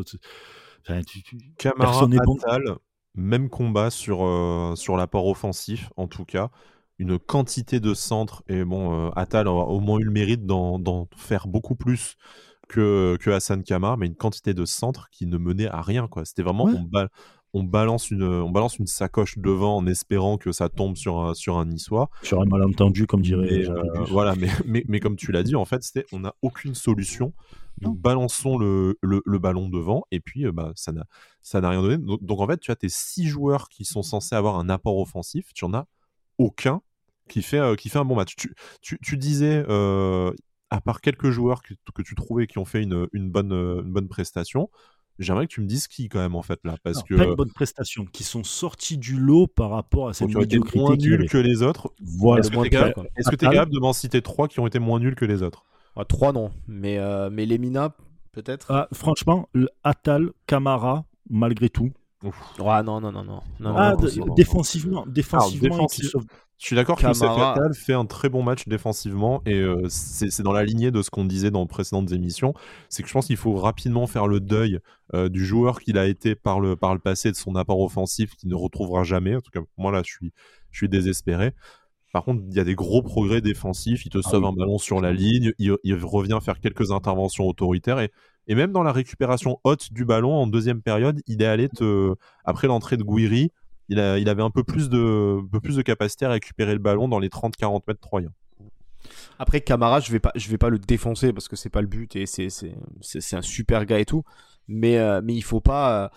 Camara, Attal, même combat sur l'apport offensif, en tout cas. une quantité de centres, et bon, Attal a au moins eu le mérite d'en faire beaucoup plus que Hassan Kama, mais une quantité de centres qui ne menait à rien, quoi. C'était vraiment, Ouais. on balance une sacoche devant en espérant que ça tombe sur un Niçois. Sur un malentendu, comme dirait Mais Jean Camus. voilà, mais comme tu l'as dit, en fait, on n'a aucune solution. Nous Non. balançons le ballon devant, et puis bah, ça n'a rien donné. Donc en fait, tu as tes 6 joueurs qui sont censés avoir un apport offensif, tu n'en as aucun qui fait un bon match. Tu disais, à part quelques joueurs que tu trouvais qui ont fait une bonne prestation, j'aimerais que tu me dises qui quand même, en fait, là, parce Alors, pas que une bonne prestation, qui sont sortis du lot par rapport à cette qui ont été moins médiocrité qu'il y nuls avait. que les autres. Voilà. Est-ce que moins tu es pire, capable, quoi. est-ce que t'es capable de m'en citer 3 qui ont été moins nuls que les autres? 3 non, mais Lemina peut-être. Ah, franchement, Attal, Camara, malgré tout. Ouais, non. Défensivement, Alors, il sauve. je suis d'accord que Youssef Camara. Attal fait un très bon match défensivement, et c'est dans la lignée de ce qu'on disait dans précédentes émissions. C'est que je pense qu'il faut rapidement faire le deuil du joueur qu'il a été par le passé, de son apport offensif qu'il ne retrouvera jamais. En tout cas, moi là, je suis désespéré. Par contre, il y a des gros progrès défensifs. Il te sauve un ballon sur la ligne. Il revient faire quelques interventions autoritaires. Et même dans la récupération haute du ballon en deuxième période, il est allé après l'entrée de Gouiri, il avait un peu plus de capacité à récupérer le ballon dans les 30-40 mètres troyens. Après Camara, je vais pas le défoncer parce que c'est pas le but, et c'est un super gars et tout. Mais il faut pas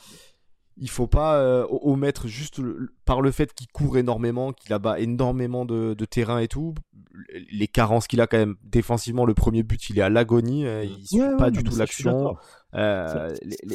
omettre juste par le fait qu'il court énormément, qu'il abat énormément de terrain et tout, les carences qu'il a quand même défensivement. Le premier but, il est à l'agonie, il suit pas du tout l'action. Voilà.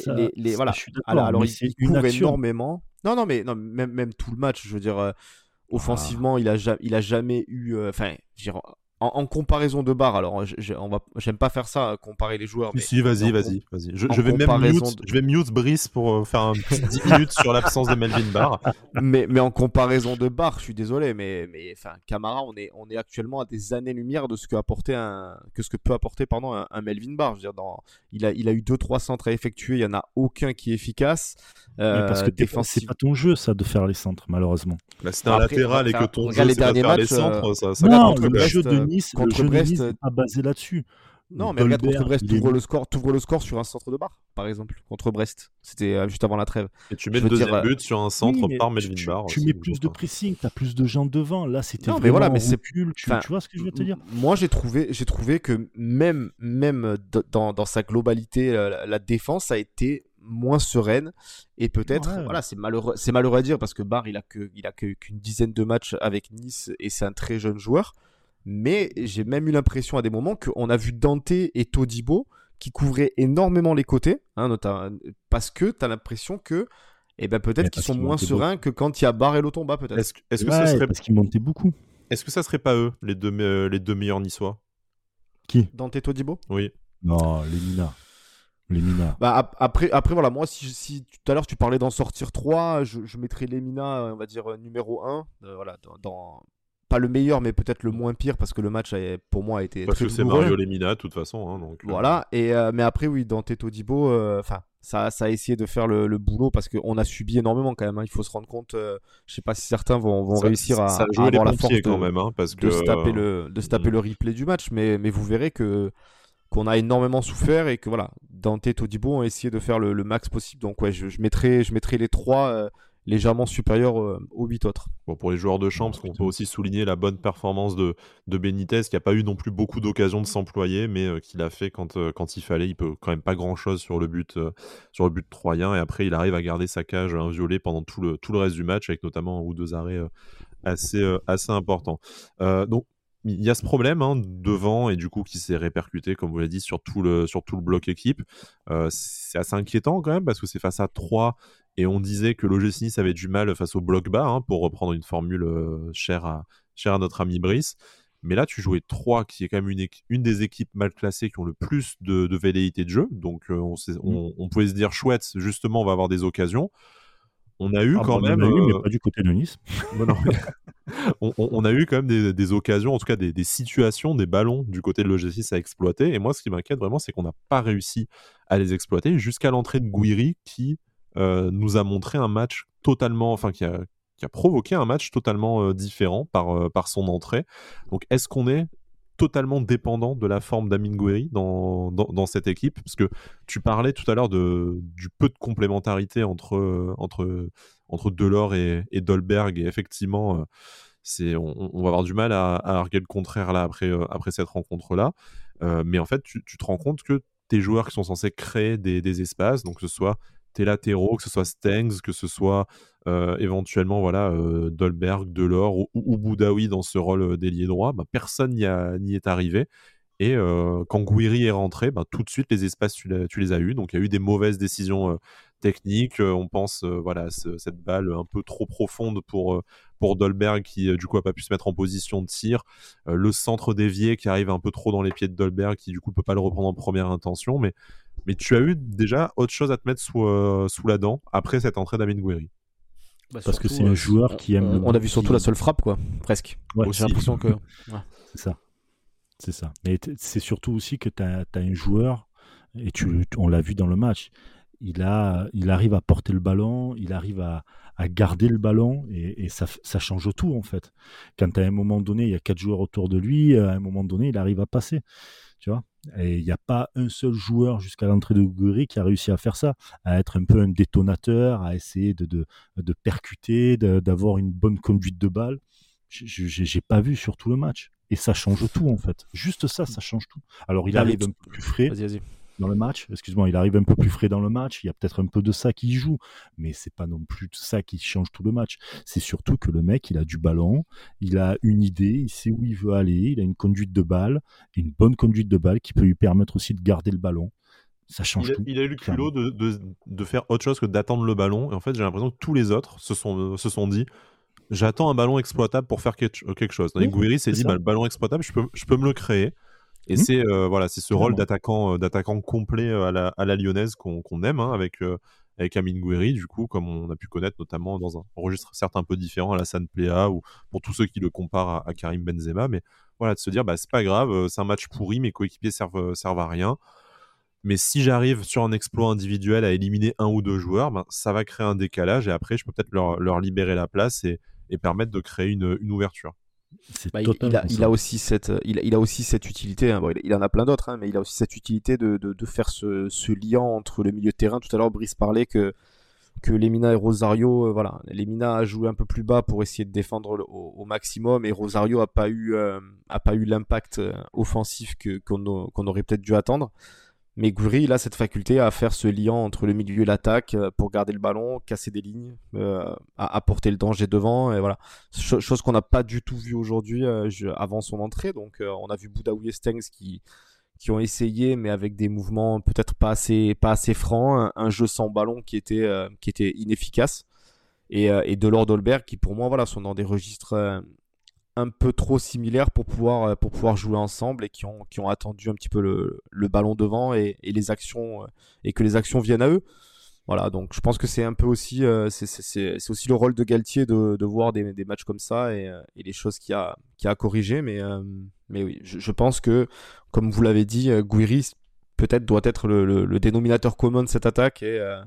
Je suis d'accord, Alors mais il court énormément. Non, mais même tout le match, je veux dire, offensivement, il a jamais eu. Enfin, je veux dire, en comparaison de Barre, alors j'aime pas faire ça, comparer les joueurs. Mais si, vas-y. Je vais mute Brice pour faire un petit 10 minutes sur l'absence de Melvin Barr. mais en comparaison de Barre, je suis désolé, mais enfin, Camara, on est actuellement à des années-lumière de ce que peut apporter un Melvin Barr. Je veux dire, il a eu 2-3 centres à effectuer, il y en a aucun qui est efficace. Parce que c'est pas ton jeu, ça, de faire les centres, malheureusement. Bah, c'était un latéral, et que ton jeu, c'est de faire les centres, ça non, contre le Brest. jeu de Nice, contre Brest, n'est pas basé là-dessus. Non, mais regarde, contre Brest, t'ouvres le score sur un centre de Barre, par exemple. Contre Brest, c'était juste avant la trêve. Et tu mets le deuxième but sur un centre par Melvin Barr. Tu mets plus de pressing, t'as plus de gens devant. Là, c'était non, vraiment mais voilà, mais recul. Tu vois ce que je veux te dire? Moi, j'ai trouvé que même dans sa globalité, la défense a été moins sereine, et peut-être, voilà, c'est malheureux à dire parce que Barre, il a qu'une dizaine de matchs avec Nice, et c'est un très jeune joueur. Mais j'ai même eu l'impression à des moments qu'on a vu Dante et Todibo qui couvraient énormément les côtés, notamment, parce que tu as l'impression que peut-être qu'ils sont moins sereins que quand il y a Barre et Lotomba, peut-être. Est-ce que ça serait... Parce qu'ils montaient beaucoup. Est-ce que ça serait pas eux, les deux meilleurs Niçois? Qui? Dante et Todibo? Oui. Non, Lemina. Bah, après voilà, moi, si tout à l'heure tu parlais d'en sortir 3, je mettrais Lemina, on va dire, numéro 1. Voilà, pas le meilleur, mais peut-être le moins pire, parce que le match pour moi a été parce très que c'est douloureux. Mario Lemina, de toute façon. Donc, voilà, mais après, oui, dans Todibo, ça a essayé de faire le boulot, parce qu'on a subi énormément quand même. Il faut se rendre compte, je sais pas si certains vont réussir à avoir la force quand même, parce de se taper le replay du match, mais vous verrez qu'on a énormément souffert, et que voilà, Dante et Todibo ont essayé de faire le max possible. Donc ouais, je mettrai les 3 légèrement supérieurs aux 8 autres. Bon, pour les joueurs de champ, parce qu'on peut aussi souligner la bonne performance de Benitez, qui n'a pas eu non plus beaucoup d'occasions de s'employer, mais qui l'a fait quand il fallait. Il peut quand même pas grand-chose sur le but troyen, et après il arrive à garder sa cage inviolée pendant tout le reste du match, avec notamment un ou deux arrêts assez importants. Donc il y a ce problème devant, et du coup qui s'est répercuté, comme vous l'avez dit, sur tout le bloc équipe. C'est assez inquiétant quand même, parce que c'est face à 3, et on disait que l'OGC Nice avait du mal face au bloc bas, pour reprendre une formule chère à notre ami Brice. Mais là, tu jouais 3, qui est quand même une des équipes mal classées qui ont le plus de velléité de jeu. Donc on pouvait se dire, chouette, justement, on va avoir des occasions. On a eu quand même... mais pas du côté de Nice. Non, on a eu quand même des occasions, en tout cas des situations, des ballons du côté de l'OGC à exploiter. Et moi, ce qui m'inquiète vraiment, c'est qu'on n'a pas réussi à les exploiter jusqu'à l'entrée de Gouiri, qui nous a montré un match totalement... Enfin, qui qui a provoqué un match totalement différent par son entrée. Donc est-ce qu'on est totalement dépendant de la forme d'Amine Gouiri dans cette équipe? Parce que tu parlais tout à l'heure du peu de complémentarité entre Delors et Dolberg, et effectivement on va avoir du mal à arguer le contraire là après cette rencontre-là. Mais en fait, tu te rends compte que tes joueurs qui sont censés créer des espaces, donc que ce soit tes latéraux, que ce soit Stengs, que ce soit éventuellement Dolberg, Delors ou Boudaoui dans ce rôle d'ailier droit, personne n'y est arrivé. Et quand Gouiri est rentré, tout de suite les espaces tu les as eus. Donc il y a eu des mauvaises décisions techniques. On pense à cette balle un peu trop profonde pour Dolberg qui du coup a pas pu se mettre en position de tir. Le centre dévié qui arrive un peu trop dans les pieds de Dolberg qui du coup peut pas le reprendre en première intention. Mais tu as eu déjà autre chose à te mettre sous la dent après cette entrée d'Amine Gouiri. Parce que c'est un joueur qui aime on a vu surtout la seule frappe, quoi, presque. Ouais, j'ai l'impression que... Ouais. C'est ça. Mais c'est surtout aussi que tu as un joueur, et on l'a vu dans le match, il arrive à porter le ballon, il arrive à garder le ballon, et ça change tout, en fait. Quand à un moment donné, il y a 4 joueurs autour de lui, à un moment donné, il arrive à passer. Tu vois, et il n'y a pas un seul joueur jusqu'à l'entrée de Gouiri qui a réussi à faire ça, à être un peu un détonateur, à essayer de percuter, d'avoir une bonne conduite de balle. J'ai pas vu sur tout le match. Et ça change tout, en fait. Juste ça change tout. Alors, il arrive un peu plus frais dans le match. Excuse-moi, il arrive un peu plus frais dans le match. Il y a peut-être un peu de ça qui joue. Mais c'est pas non plus ça qui change tout le match. C'est surtout que le mec, il a du ballon. Il a une idée. Il sait où il veut aller. Il a une conduite de balle. Une bonne conduite de balle qui peut lui permettre aussi de garder le ballon. Ça change tout. Il a eu le culot de faire autre chose que d'attendre le ballon. Et en fait, j'ai l'impression que tous les autres se sont dit... J'attends un ballon exploitable pour faire quelque chose. Oui, Gouiri s'est dit le ballon exploitable, je peux me le créer. Et c'est ce rôle d'attaquant complet à la lyonnaise qu'on aime, avec Amine Gouiri, du coup, comme on a pu connaître notamment dans un registre certes un peu différent à Alassane Plea, ou pour tous ceux qui le comparent à Karim Benzema. Mais voilà, de se dire c'est pas grave, c'est un match pourri, mes coéquipiers servent à rien. Mais si j'arrive sur un exploit individuel à éliminer un ou deux joueurs, ça va créer un décalage, et après je peux peut-être leur libérer la place et permettre de créer une ouverture. Il a aussi cette utilité, hein. Bon, il en a plein d'autres, hein, mais il a aussi cette utilité de faire ce lien entre le milieu de terrain. Tout à l'heure, Brice parlait que Lemina et Rosario, Lemina a joué un peu plus bas pour essayer de défendre au maximum, et Rosario a pas eu l'impact offensif qu'on aurait peut-être dû attendre. Mais Gouiri, il a cette faculté à faire ce lien entre le milieu et l'attaque pour garder le ballon, casser des lignes, à apporter le danger devant. Et voilà. Chose qu'on n'a pas du tout vu aujourd'hui avant son entrée. Donc on a vu Boudaoui et Stengs qui ont essayé, mais avec des mouvements peut-être pas assez francs, un jeu sans ballon qui était inefficace. Et Delors, Dolberg qui pour moi sont dans des registres un peu trop similaires pour pouvoir jouer ensemble, et qui ont attendu un petit peu le ballon devant et les actions, et que les actions viennent à eux. Voilà, donc je pense que c'est un peu aussi c'est aussi le rôle de Galtier de voir des matchs comme ça, et les choses qu'il y a à corriger. Mais oui, je pense que, comme vous l'avez dit, Gouiri peut-être doit être le dénominateur commun de cette attaque,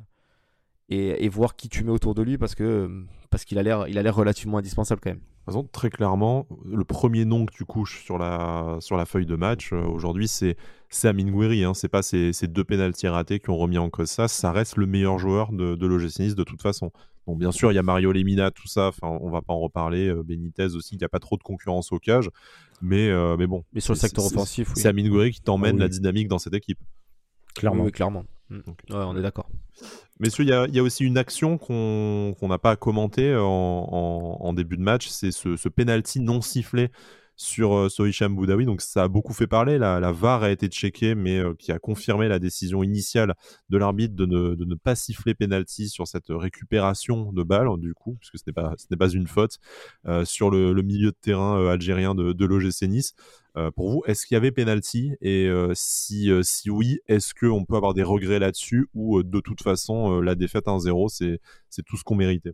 et voir qui tu mets autour de lui, parce qu'il a l'air relativement indispensable quand même. De toute façon, très clairement, le premier nom que tu couches sur la feuille de match aujourd'hui, c'est Amine Gouiri. C'est pas ces deux pénaltys ratés qui ont remis en cause ça. Ça reste le meilleur joueur de l'OGC Nice de toute façon. Bon, bien sûr, il y a Mario Lemina, tout ça. On va pas en reparler. Benitez aussi, il n'y a pas trop de concurrence au cage. Mais bon. Mais sur le secteur offensif, oui. C'est Amine Gouiri qui t'emmène la dynamique dans cette équipe. Clairement. Oui, clairement. Donc, ouais, on est d'accord. Messieurs, il y a aussi une action qu'on n'a pas commenté en début de match, c'est ce penalty non sifflé sur Hicham Boudaoui. Donc ça a beaucoup fait parler. La VAR a été checkée, mais qui a confirmé la décision initiale de l'arbitre de ne pas siffler penalty sur cette récupération de balle, du coup, puisque ce n'est pas une faute, sur le milieu de terrain algérien de l'OGC Nice. Pour vous, est-ce qu'il y avait penalty, et si oui, est-ce qu'on peut avoir des regrets là-dessus, ou de toute façon la défaite 1-0 c'est tout ce qu'on méritait?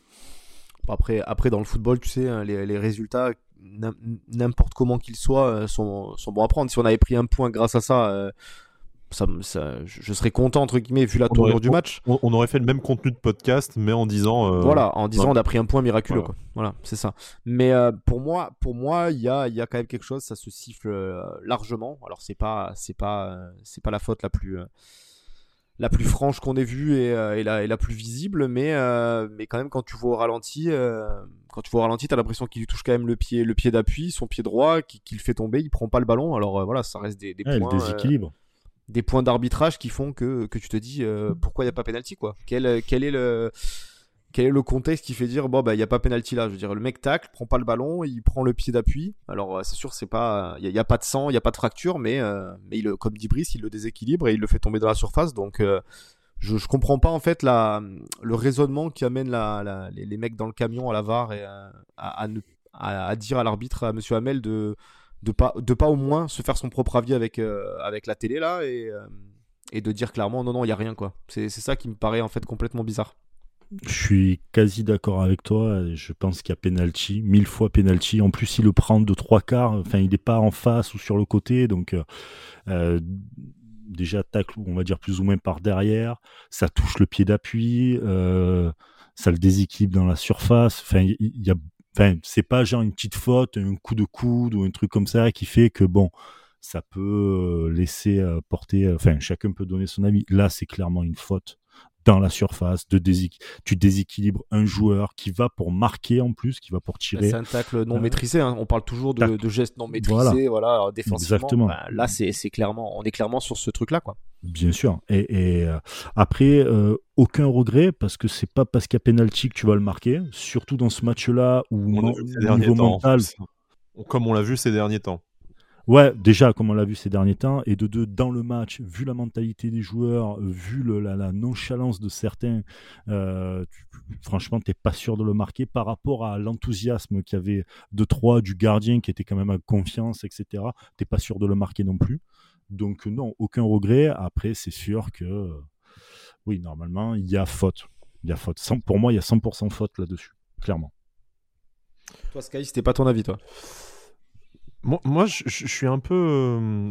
Après dans le football, tu sais, les résultats, n'importe comment qu'ils soient, sont bons à prendre. Si on avait pris un point grâce à ça, je serais content entre guillemets vu la tournure du match. On aurait fait le même contenu de podcast, mais en disant. Voilà, en disant ouais. on a pris un point miraculeux, Voilà. quoi. Voilà, c'est ça. Mais pour moi, il y a quand même quelque chose, ça se siffle largement. Alors c'est pas la faute la plus franche qu'on ait vue et la plus visible, mais quand même quand tu vois au ralenti, t'as l'impression qu'il lui touche quand même le pied d'appui, son pied droit, qu'il le fait tomber, il prend pas le ballon. Alors voilà, ça reste des Le points. déséquilibre. Des points d'arbitrage qui font que tu te dis pourquoi il n'y a pas pénalty, quoi. Quel est le contexte qui fait dire bon bah il y a pas pénalty là. Je veux dire, le mec tacle, prend pas le ballon, il prend le pied d'appui. Alors c'est sûr, c'est pas il y a pas de sang, il y a pas de fracture, mais comme dit Brice, il le déséquilibre et il le fait tomber dans la surface. Donc je comprends pas en fait le raisonnement qui amène les mecs dans le camion à la VAR et à dire à l'arbitre, à Monsieur Hamel de pas au moins se faire son propre avis avec la télé là et de dire clairement non il y a rien, quoi. C'est ça qui me paraît en fait complètement bizarre. Je suis quasi d'accord avec toi. Je pense qu'il y a penalty, 1000 fois penalty. En plus, il le prend de 3/4. Enfin, il n'est pas en face ou sur le côté. Donc, déjà, tacle, on va dire plus ou moins par derrière. Ça touche le pied d'appui. Ça le déséquilibre dans la surface. Enfin, c'est pas genre une petite faute, un coup de coude ou un truc comme ça qui fait que, bon, ça peut laisser porter. Enfin, chacun peut donner son avis. Là, c'est clairement une faute dans la surface, tu déséquilibres un joueur qui va pour marquer en plus, qui va pour tirer. C'est un tacle non maîtrisé, hein. On parle toujours de gestes non maîtrisés, voilà, défensivement. Exactement. Là, on est clairement sur ce truc-là, quoi. Bien sûr. Et après, aucun regret, parce que c'est pas parce qu'il y a penalty que tu vas le marquer, surtout dans ce match-là où niveau mental. Comme on l'a vu ces derniers temps. Ouais, déjà, comme on l'a vu ces derniers temps, et de deux, dans le match, vu la mentalité des joueurs, vu la nonchalance de certains, franchement, t'es pas sûr de le marquer par rapport à l'enthousiasme qu'il y avait de 3 du gardien qui était quand même à confiance, etc. T'es pas sûr de le marquer non plus. Donc non, aucun regret. Après, c'est sûr que, oui, normalement, il y a faute. Il y a faute. Pour moi, il y a 100% faute là-dessus, clairement. Toi, Sky, c'était pas ton avis, toi? Moi, je suis un peu,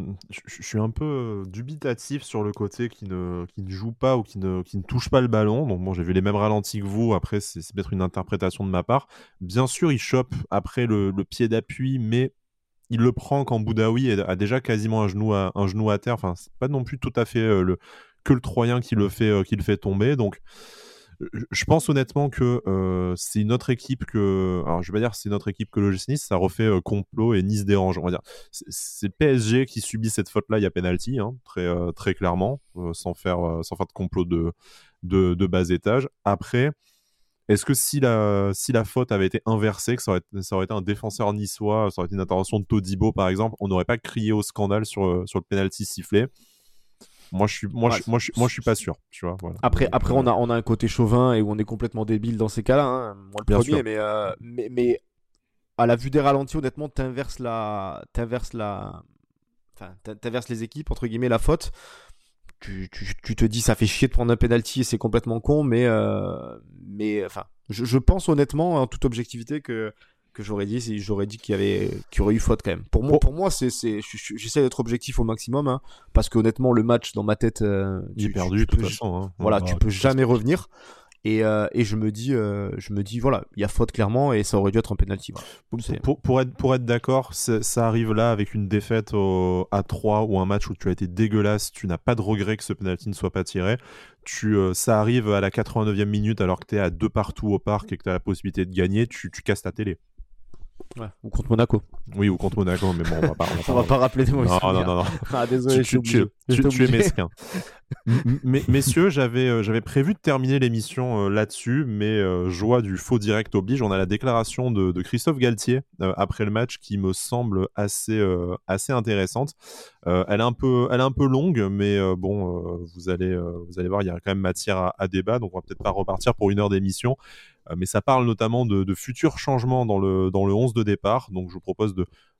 dubitatif sur le côté qui ne joue pas ou qui ne touche pas le ballon. Donc bon, j'ai vu les mêmes ralentis que vous. Après, c'est peut-être une interprétation de ma part. Bien sûr, il chope après le pied d'appui, mais il le prend quand Boudaoui a déjà quasiment un genou à terre. Enfin, c'est pas non plus tout à fait que le Troyen qui le fait tomber. Donc je pense honnêtement que c'est une autre équipe que... Alors, je vais pas dire que c'est une autre équipe que l'OGC Nice, ça refait complot et Nice dérange. On va dire. C'est le PSG qui subit cette faute-là, il y a penalty, hein, très clairement, sans faire de complot de bas étage. Après, est-ce que si la faute avait été inversée, que ça aurait été un défenseur niçois, ça aurait été une intervention de Todibo par exemple, on n'aurait pas crié au scandale sur le penalty sifflé? Moi, je suis pas sûr, tu vois. Voilà. Après, on a un côté chauvin et où on est complètement débile dans ces cas-là, hein. Moi, le premier, mais à la vue des ralentis, honnêtement, t'inverses les équipes, entre guillemets, la faute. Tu te dis, ça fait chier de prendre un penalty et c'est complètement con, mais enfin, je pense honnêtement, en toute objectivité, que j'aurais dit qu'il y aurait eu faute quand même. Pour moi, j'essaie d'être objectif au maximum, hein, parce que honnêtement, le match dans ma tête, il est perdu de toute façon. Hein. Voilà, tu peux jamais revenir. Et je me dis, voilà, il y a faute clairement et ça aurait dû être un penalty. Voilà. Pour être d'accord, ça arrive là avec une défaite à 3 ou un match où tu as été dégueulasse, tu n'as pas de regret que ce penalty ne soit pas tiré. Ça arrive à la 89e minute alors que tu es à 2 partout au parc et que tu as la possibilité de gagner, tu casses ta télé. Ouais, ou contre Monaco. Oui, ou contre Monaco, mais bon, on va pas rappeler des mots. Non. Ah, désolé, tu es mesquin. Messieurs, j'avais prévu de terminer l'émission là-dessus, mais joie du faux direct oblige. On a la déclaration de Christophe Galtier après le match qui me semble assez intéressante. Elle est un peu longue, mais bon, vous allez voir, il y a quand même matière à débat, donc on va peut-être pas repartir pour 1 heure d'émission. Mais ça parle notamment de futurs changements dans le 11 de départ. Donc je vous propose de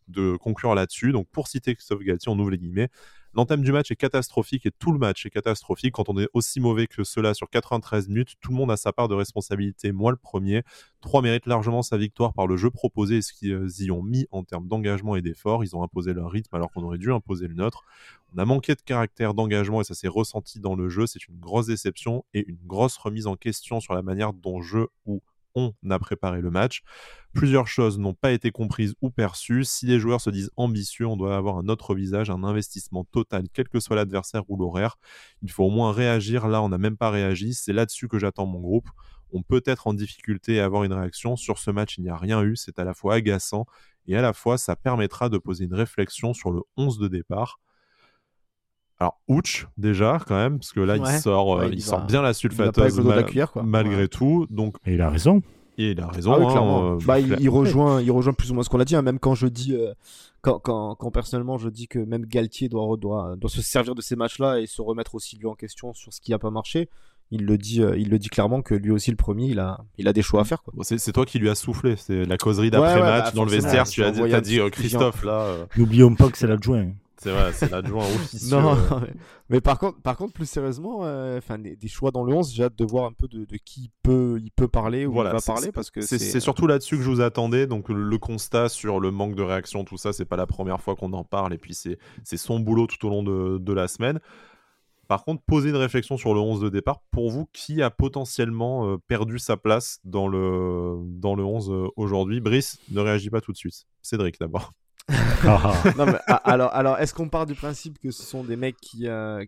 de conclure là-dessus. Donc pour citer Christophe Galtier, on ouvre les guillemets. L'entame du match est catastrophique et tout le match est catastrophique. Quand on est aussi mauvais que cela sur 93 minutes, tout le monde a sa part de responsabilité. Moi, le premier. 3 méritent largement sa victoire par le jeu proposé et ce qu'ils y ont mis en termes d'engagement et d'effort. Ils ont imposé leur rythme alors qu'on aurait dû imposer le nôtre. On a manqué de caractère, d'engagement et ça s'est ressenti dans le jeu. C'est une grosse déception et une grosse remise en question sur la manière dont on a préparé le match. Plusieurs choses n'ont pas été comprises ou perçues. Si les joueurs se disent ambitieux, on doit avoir un autre visage, un investissement total, quel que soit l'adversaire ou l'horaire. Il faut au moins réagir. Là, on n'a même pas réagi. C'est là-dessus que j'attends mon groupe. On peut être en difficulté et avoir une réaction. Sur ce match, il n'y a rien eu. C'est à la fois agaçant et à la fois, ça permettra de poser une réflexion sur le 11 de départ. Alors, Ouch, déjà, quand même, parce que là, il sort bien la sulfateuse malgré tout. Donc... Et il a raison. Et il a raison. Ah oui, clairement. Il rejoint plus ou moins ce qu'on a dit. Hein. Même quand je dis, quand personnellement, je dis que même Galtier doit se servir de ces matchs-là et se remettre aussi lui en question sur ce qui n'a pas marché. Il le dit clairement que lui aussi, le premier, il a des choix à faire. Quoi. Bon, c'est toi qui lui as soufflé. C'est la causerie d'après-match dans le vestiaire. Tu as dit Christophe, là. N'oublions pas que c'est l'adjoint. C'est vrai, c'est l'adjoint officieux. Non, mais par contre, plus sérieusement, des choix dans le 11, j'ai hâte de voir un peu de qui il peut parler ou il va parler. Parce que c'est surtout là-dessus que je vous attendais. Donc le constat sur le manque de réaction, tout ça, c'est pas la première fois qu'on en parle. Et puis c'est son boulot tout au long de la semaine. Par contre, poser une réflexion sur le 11 de départ, pour vous, qui a potentiellement perdu sa place dans le 11 aujourd'hui? Brice, ne réagis pas tout de suite. Cédric, d'abord. Non, mais, alors, est-ce qu'on part du principe que ce sont des mecs qui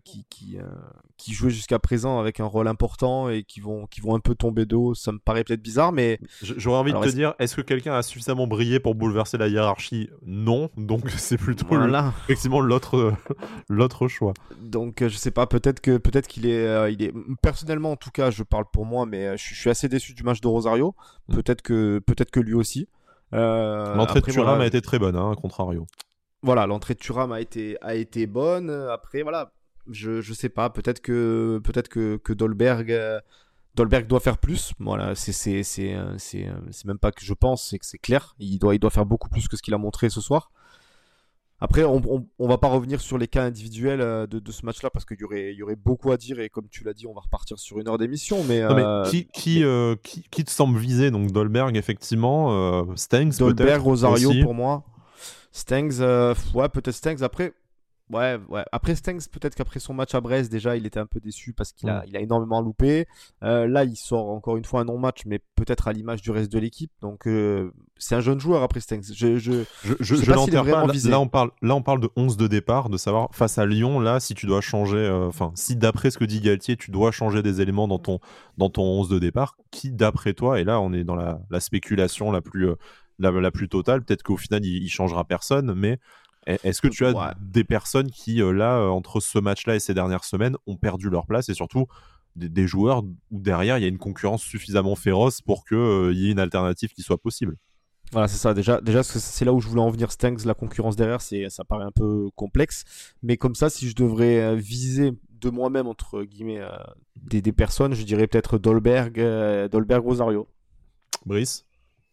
jouaient jusqu'à présent avec un rôle important et qui vont un peu tomber de haut? Ça me paraît peut-être bizarre, mais j'aurais envie de te dire, est-ce que quelqu'un a suffisamment brillé pour bouleverser la hiérarchie? Non, donc c'est plutôt effectivement l'autre choix. Donc je sais pas, peut-être qu'il est personnellement, en tout cas, je parle pour moi, mais je suis assez déçu du match de Rosario. Peut-être que lui aussi. L'entrée de Thuram a été très bonne, à contrario. Voilà, l'entrée de Thuram a été bonne. Après, voilà, je sais pas. Peut-être que Dolberg doit faire plus. Voilà, c'est même pas que je pense, c'est que c'est clair. Il doit faire beaucoup plus que ce qu'il a montré ce soir. Après, on va pas revenir sur les cas individuels de ce match-là parce qu'il y aurait beaucoup à dire et comme tu l'as dit, on va repartir sur 1 heure d'émission. Mais qui te semble viser? Donc Dolberg, effectivement, Stengs, Dolberg, peut-être Rosario aussi. pour moi. Stengs, peut-être Stengs. Après, après Stengs, peut-être qu'après son match à Brest, déjà, il était un peu déçu parce qu'il a énormément loupé. Là, il sort encore une fois un non-match, mais peut-être à l'image du reste de l'équipe. Donc, c'est un jeune joueur après Stengs. Je l'enterre pas. Là, on parle de 11 de départ, de savoir face à Lyon, là, si tu dois changer, si d'après ce que dit Galtier, tu dois changer des éléments dans ton 11 de départ, qui d'après toi, et là, on est dans la spéculation la plus totale, peut-être qu'au final, il changera personne, mais est-ce que tu as des personnes qui, là, entre ce match-là et ces dernières semaines, ont perdu leur place et surtout des joueurs où derrière, il y a une concurrence suffisamment féroce pour qu'il y ait une alternative qui soit possible? Voilà, c'est ça. Déjà, c'est là où je voulais en venir. Stengs, la concurrence derrière, ça paraît un peu complexe. Mais comme ça, si je devrais viser de moi-même, entre guillemets, des personnes, je dirais peut-être Dolberg, Rosario. Brice?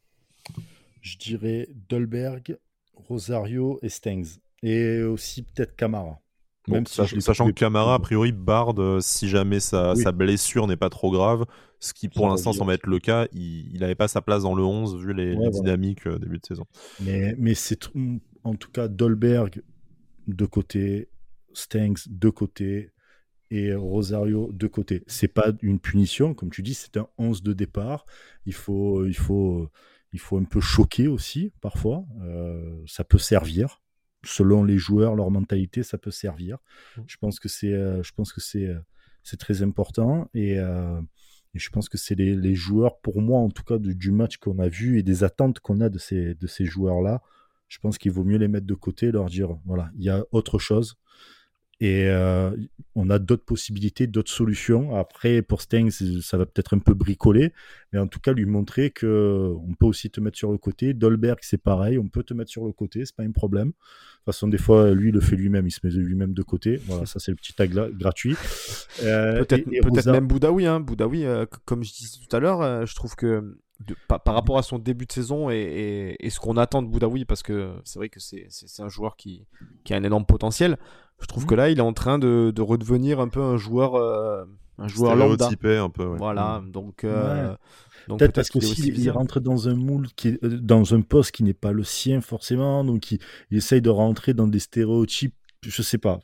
Je dirais Dolberg, Rosario et Stengs. Et aussi peut-être Camara. Bon, sachant que Camara, a priori, barde si jamais sa blessure n'est pas trop grave, ce qui pour l'instant semble être le cas. Il n'avait pas sa place dans le 11 vu les dynamiques début de saison. Mais c'est en tout cas Dolberg de côté, Stengs de côté et Rosario de côté. C'est pas une punition, comme tu dis, c'est un 11 de départ. Il faut un peu choquer aussi, parfois. Ça peut servir. Selon les joueurs, leur mentalité, ça peut servir. Je pense que c'est très important. Et je pense que c'est les joueurs, pour moi, en tout cas, du match qu'on a vu et des attentes qu'on a de ces joueurs-là, je pense qu'il vaut mieux les mettre de côté, leur dire, voilà, il y a autre chose. Et on a d'autres possibilités, d'autres solutions. Après, pour Stengs, ça va peut-être un peu bricoler, mais en tout cas, lui montrer qu'on peut aussi te mettre sur le côté. Dolberg, c'est pareil, on peut te mettre sur le côté, c'est pas un problème. De toute façon, des fois, lui, il le fait lui-même, il se met lui-même de côté. Voilà, ça, c'est le petit tag gratuit. Peut-être même Boudaoui. Boudaoui, comme je disais tout à l'heure, je trouve que par rapport à son début de saison et ce qu'on attend de Boudaoui, parce que c'est vrai que c'est un joueur qui a un énorme potentiel. Je trouve que là, il est en train de redevenir un peu un joueur lambda. Stéréotypé un peu, ouais. Voilà, donc peut-être parce qu'il est qu'aussi aussi il visé. rentre dans un moule dans un poste qui n'est pas le sien forcément, donc il essaye de rentrer dans des stéréotypes. Je sais pas.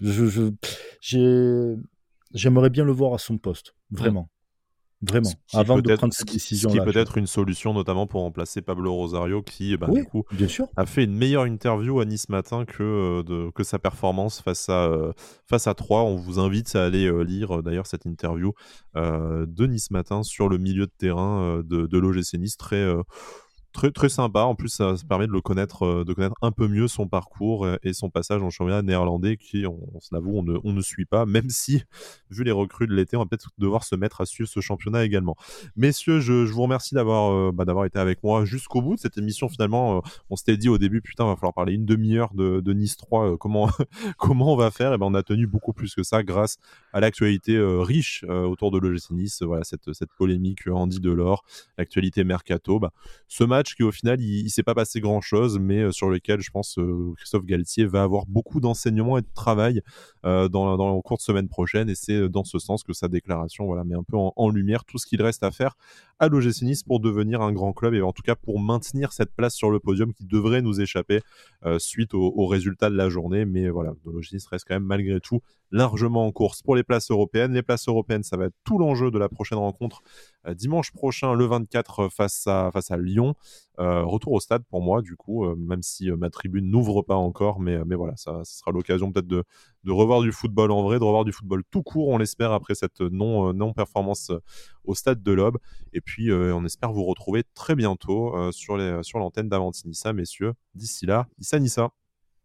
J'aimerais bien le voir à son poste, vraiment. Vraiment, avant de prendre cette décision-là. Ce qui peut être une solution, notamment pour remplacer Pablo Rosario, qui, Oui, du coup, bien sûr. a fait une meilleure interview à Nice Matin que sa performance face à Troyes. On vous invite à aller lire d'ailleurs cette interview de Nice Matin sur le milieu de terrain de l'OGC Nice. Très, très sympa. En plus, ça permet de connaître un peu mieux son parcours et son passage en championnat néerlandais qui, on se l'avoue, on ne suit pas, même si, vu les recrues de l'été, on va peut-être devoir se mettre à suivre ce championnat également. Messieurs, je vous remercie d'avoir été avec moi jusqu'au bout de cette émission. Finalement, on s'était dit au début, putain, il va falloir parler une demi-heure de Nice 3. Comment on va faire? Et on a tenu beaucoup plus que ça grâce à l'actualité riche autour de l'OGC Nice. Voilà, cette polémique Andy Delors, l'actualité Mercato. Ce match qui au final il s'est pas passé grand chose, mais sur lequel je pense Christophe Galtier va avoir beaucoup d'enseignements et de travail dans le cours de semaine prochaine, et c'est dans ce sens que sa déclaration met un peu en lumière tout ce qu'il reste à faire à l'OGC Nice pour devenir un grand club, et en tout cas pour maintenir cette place sur le podium qui devrait nous échapper suite aux résultats de la journée. Mais voilà, l'OGC Nice reste quand même malgré tout largement en course pour les places européennes. Les places européennes, ça va être tout l'enjeu de la prochaine rencontre dimanche prochain, le 24, face à Lyon. Retour au stade pour moi, du coup, même si ma tribune n'ouvre pas encore, mais voilà, ça sera l'occasion peut-être de revoir du football en vrai, de revoir du football tout court, on l'espère, après cette non-performance au stade de l'Aube. Et puis, on espère vous retrouver très bientôt sur l'antenne d'Avanti Nissa, messieurs. D'ici là, Issa Nissa.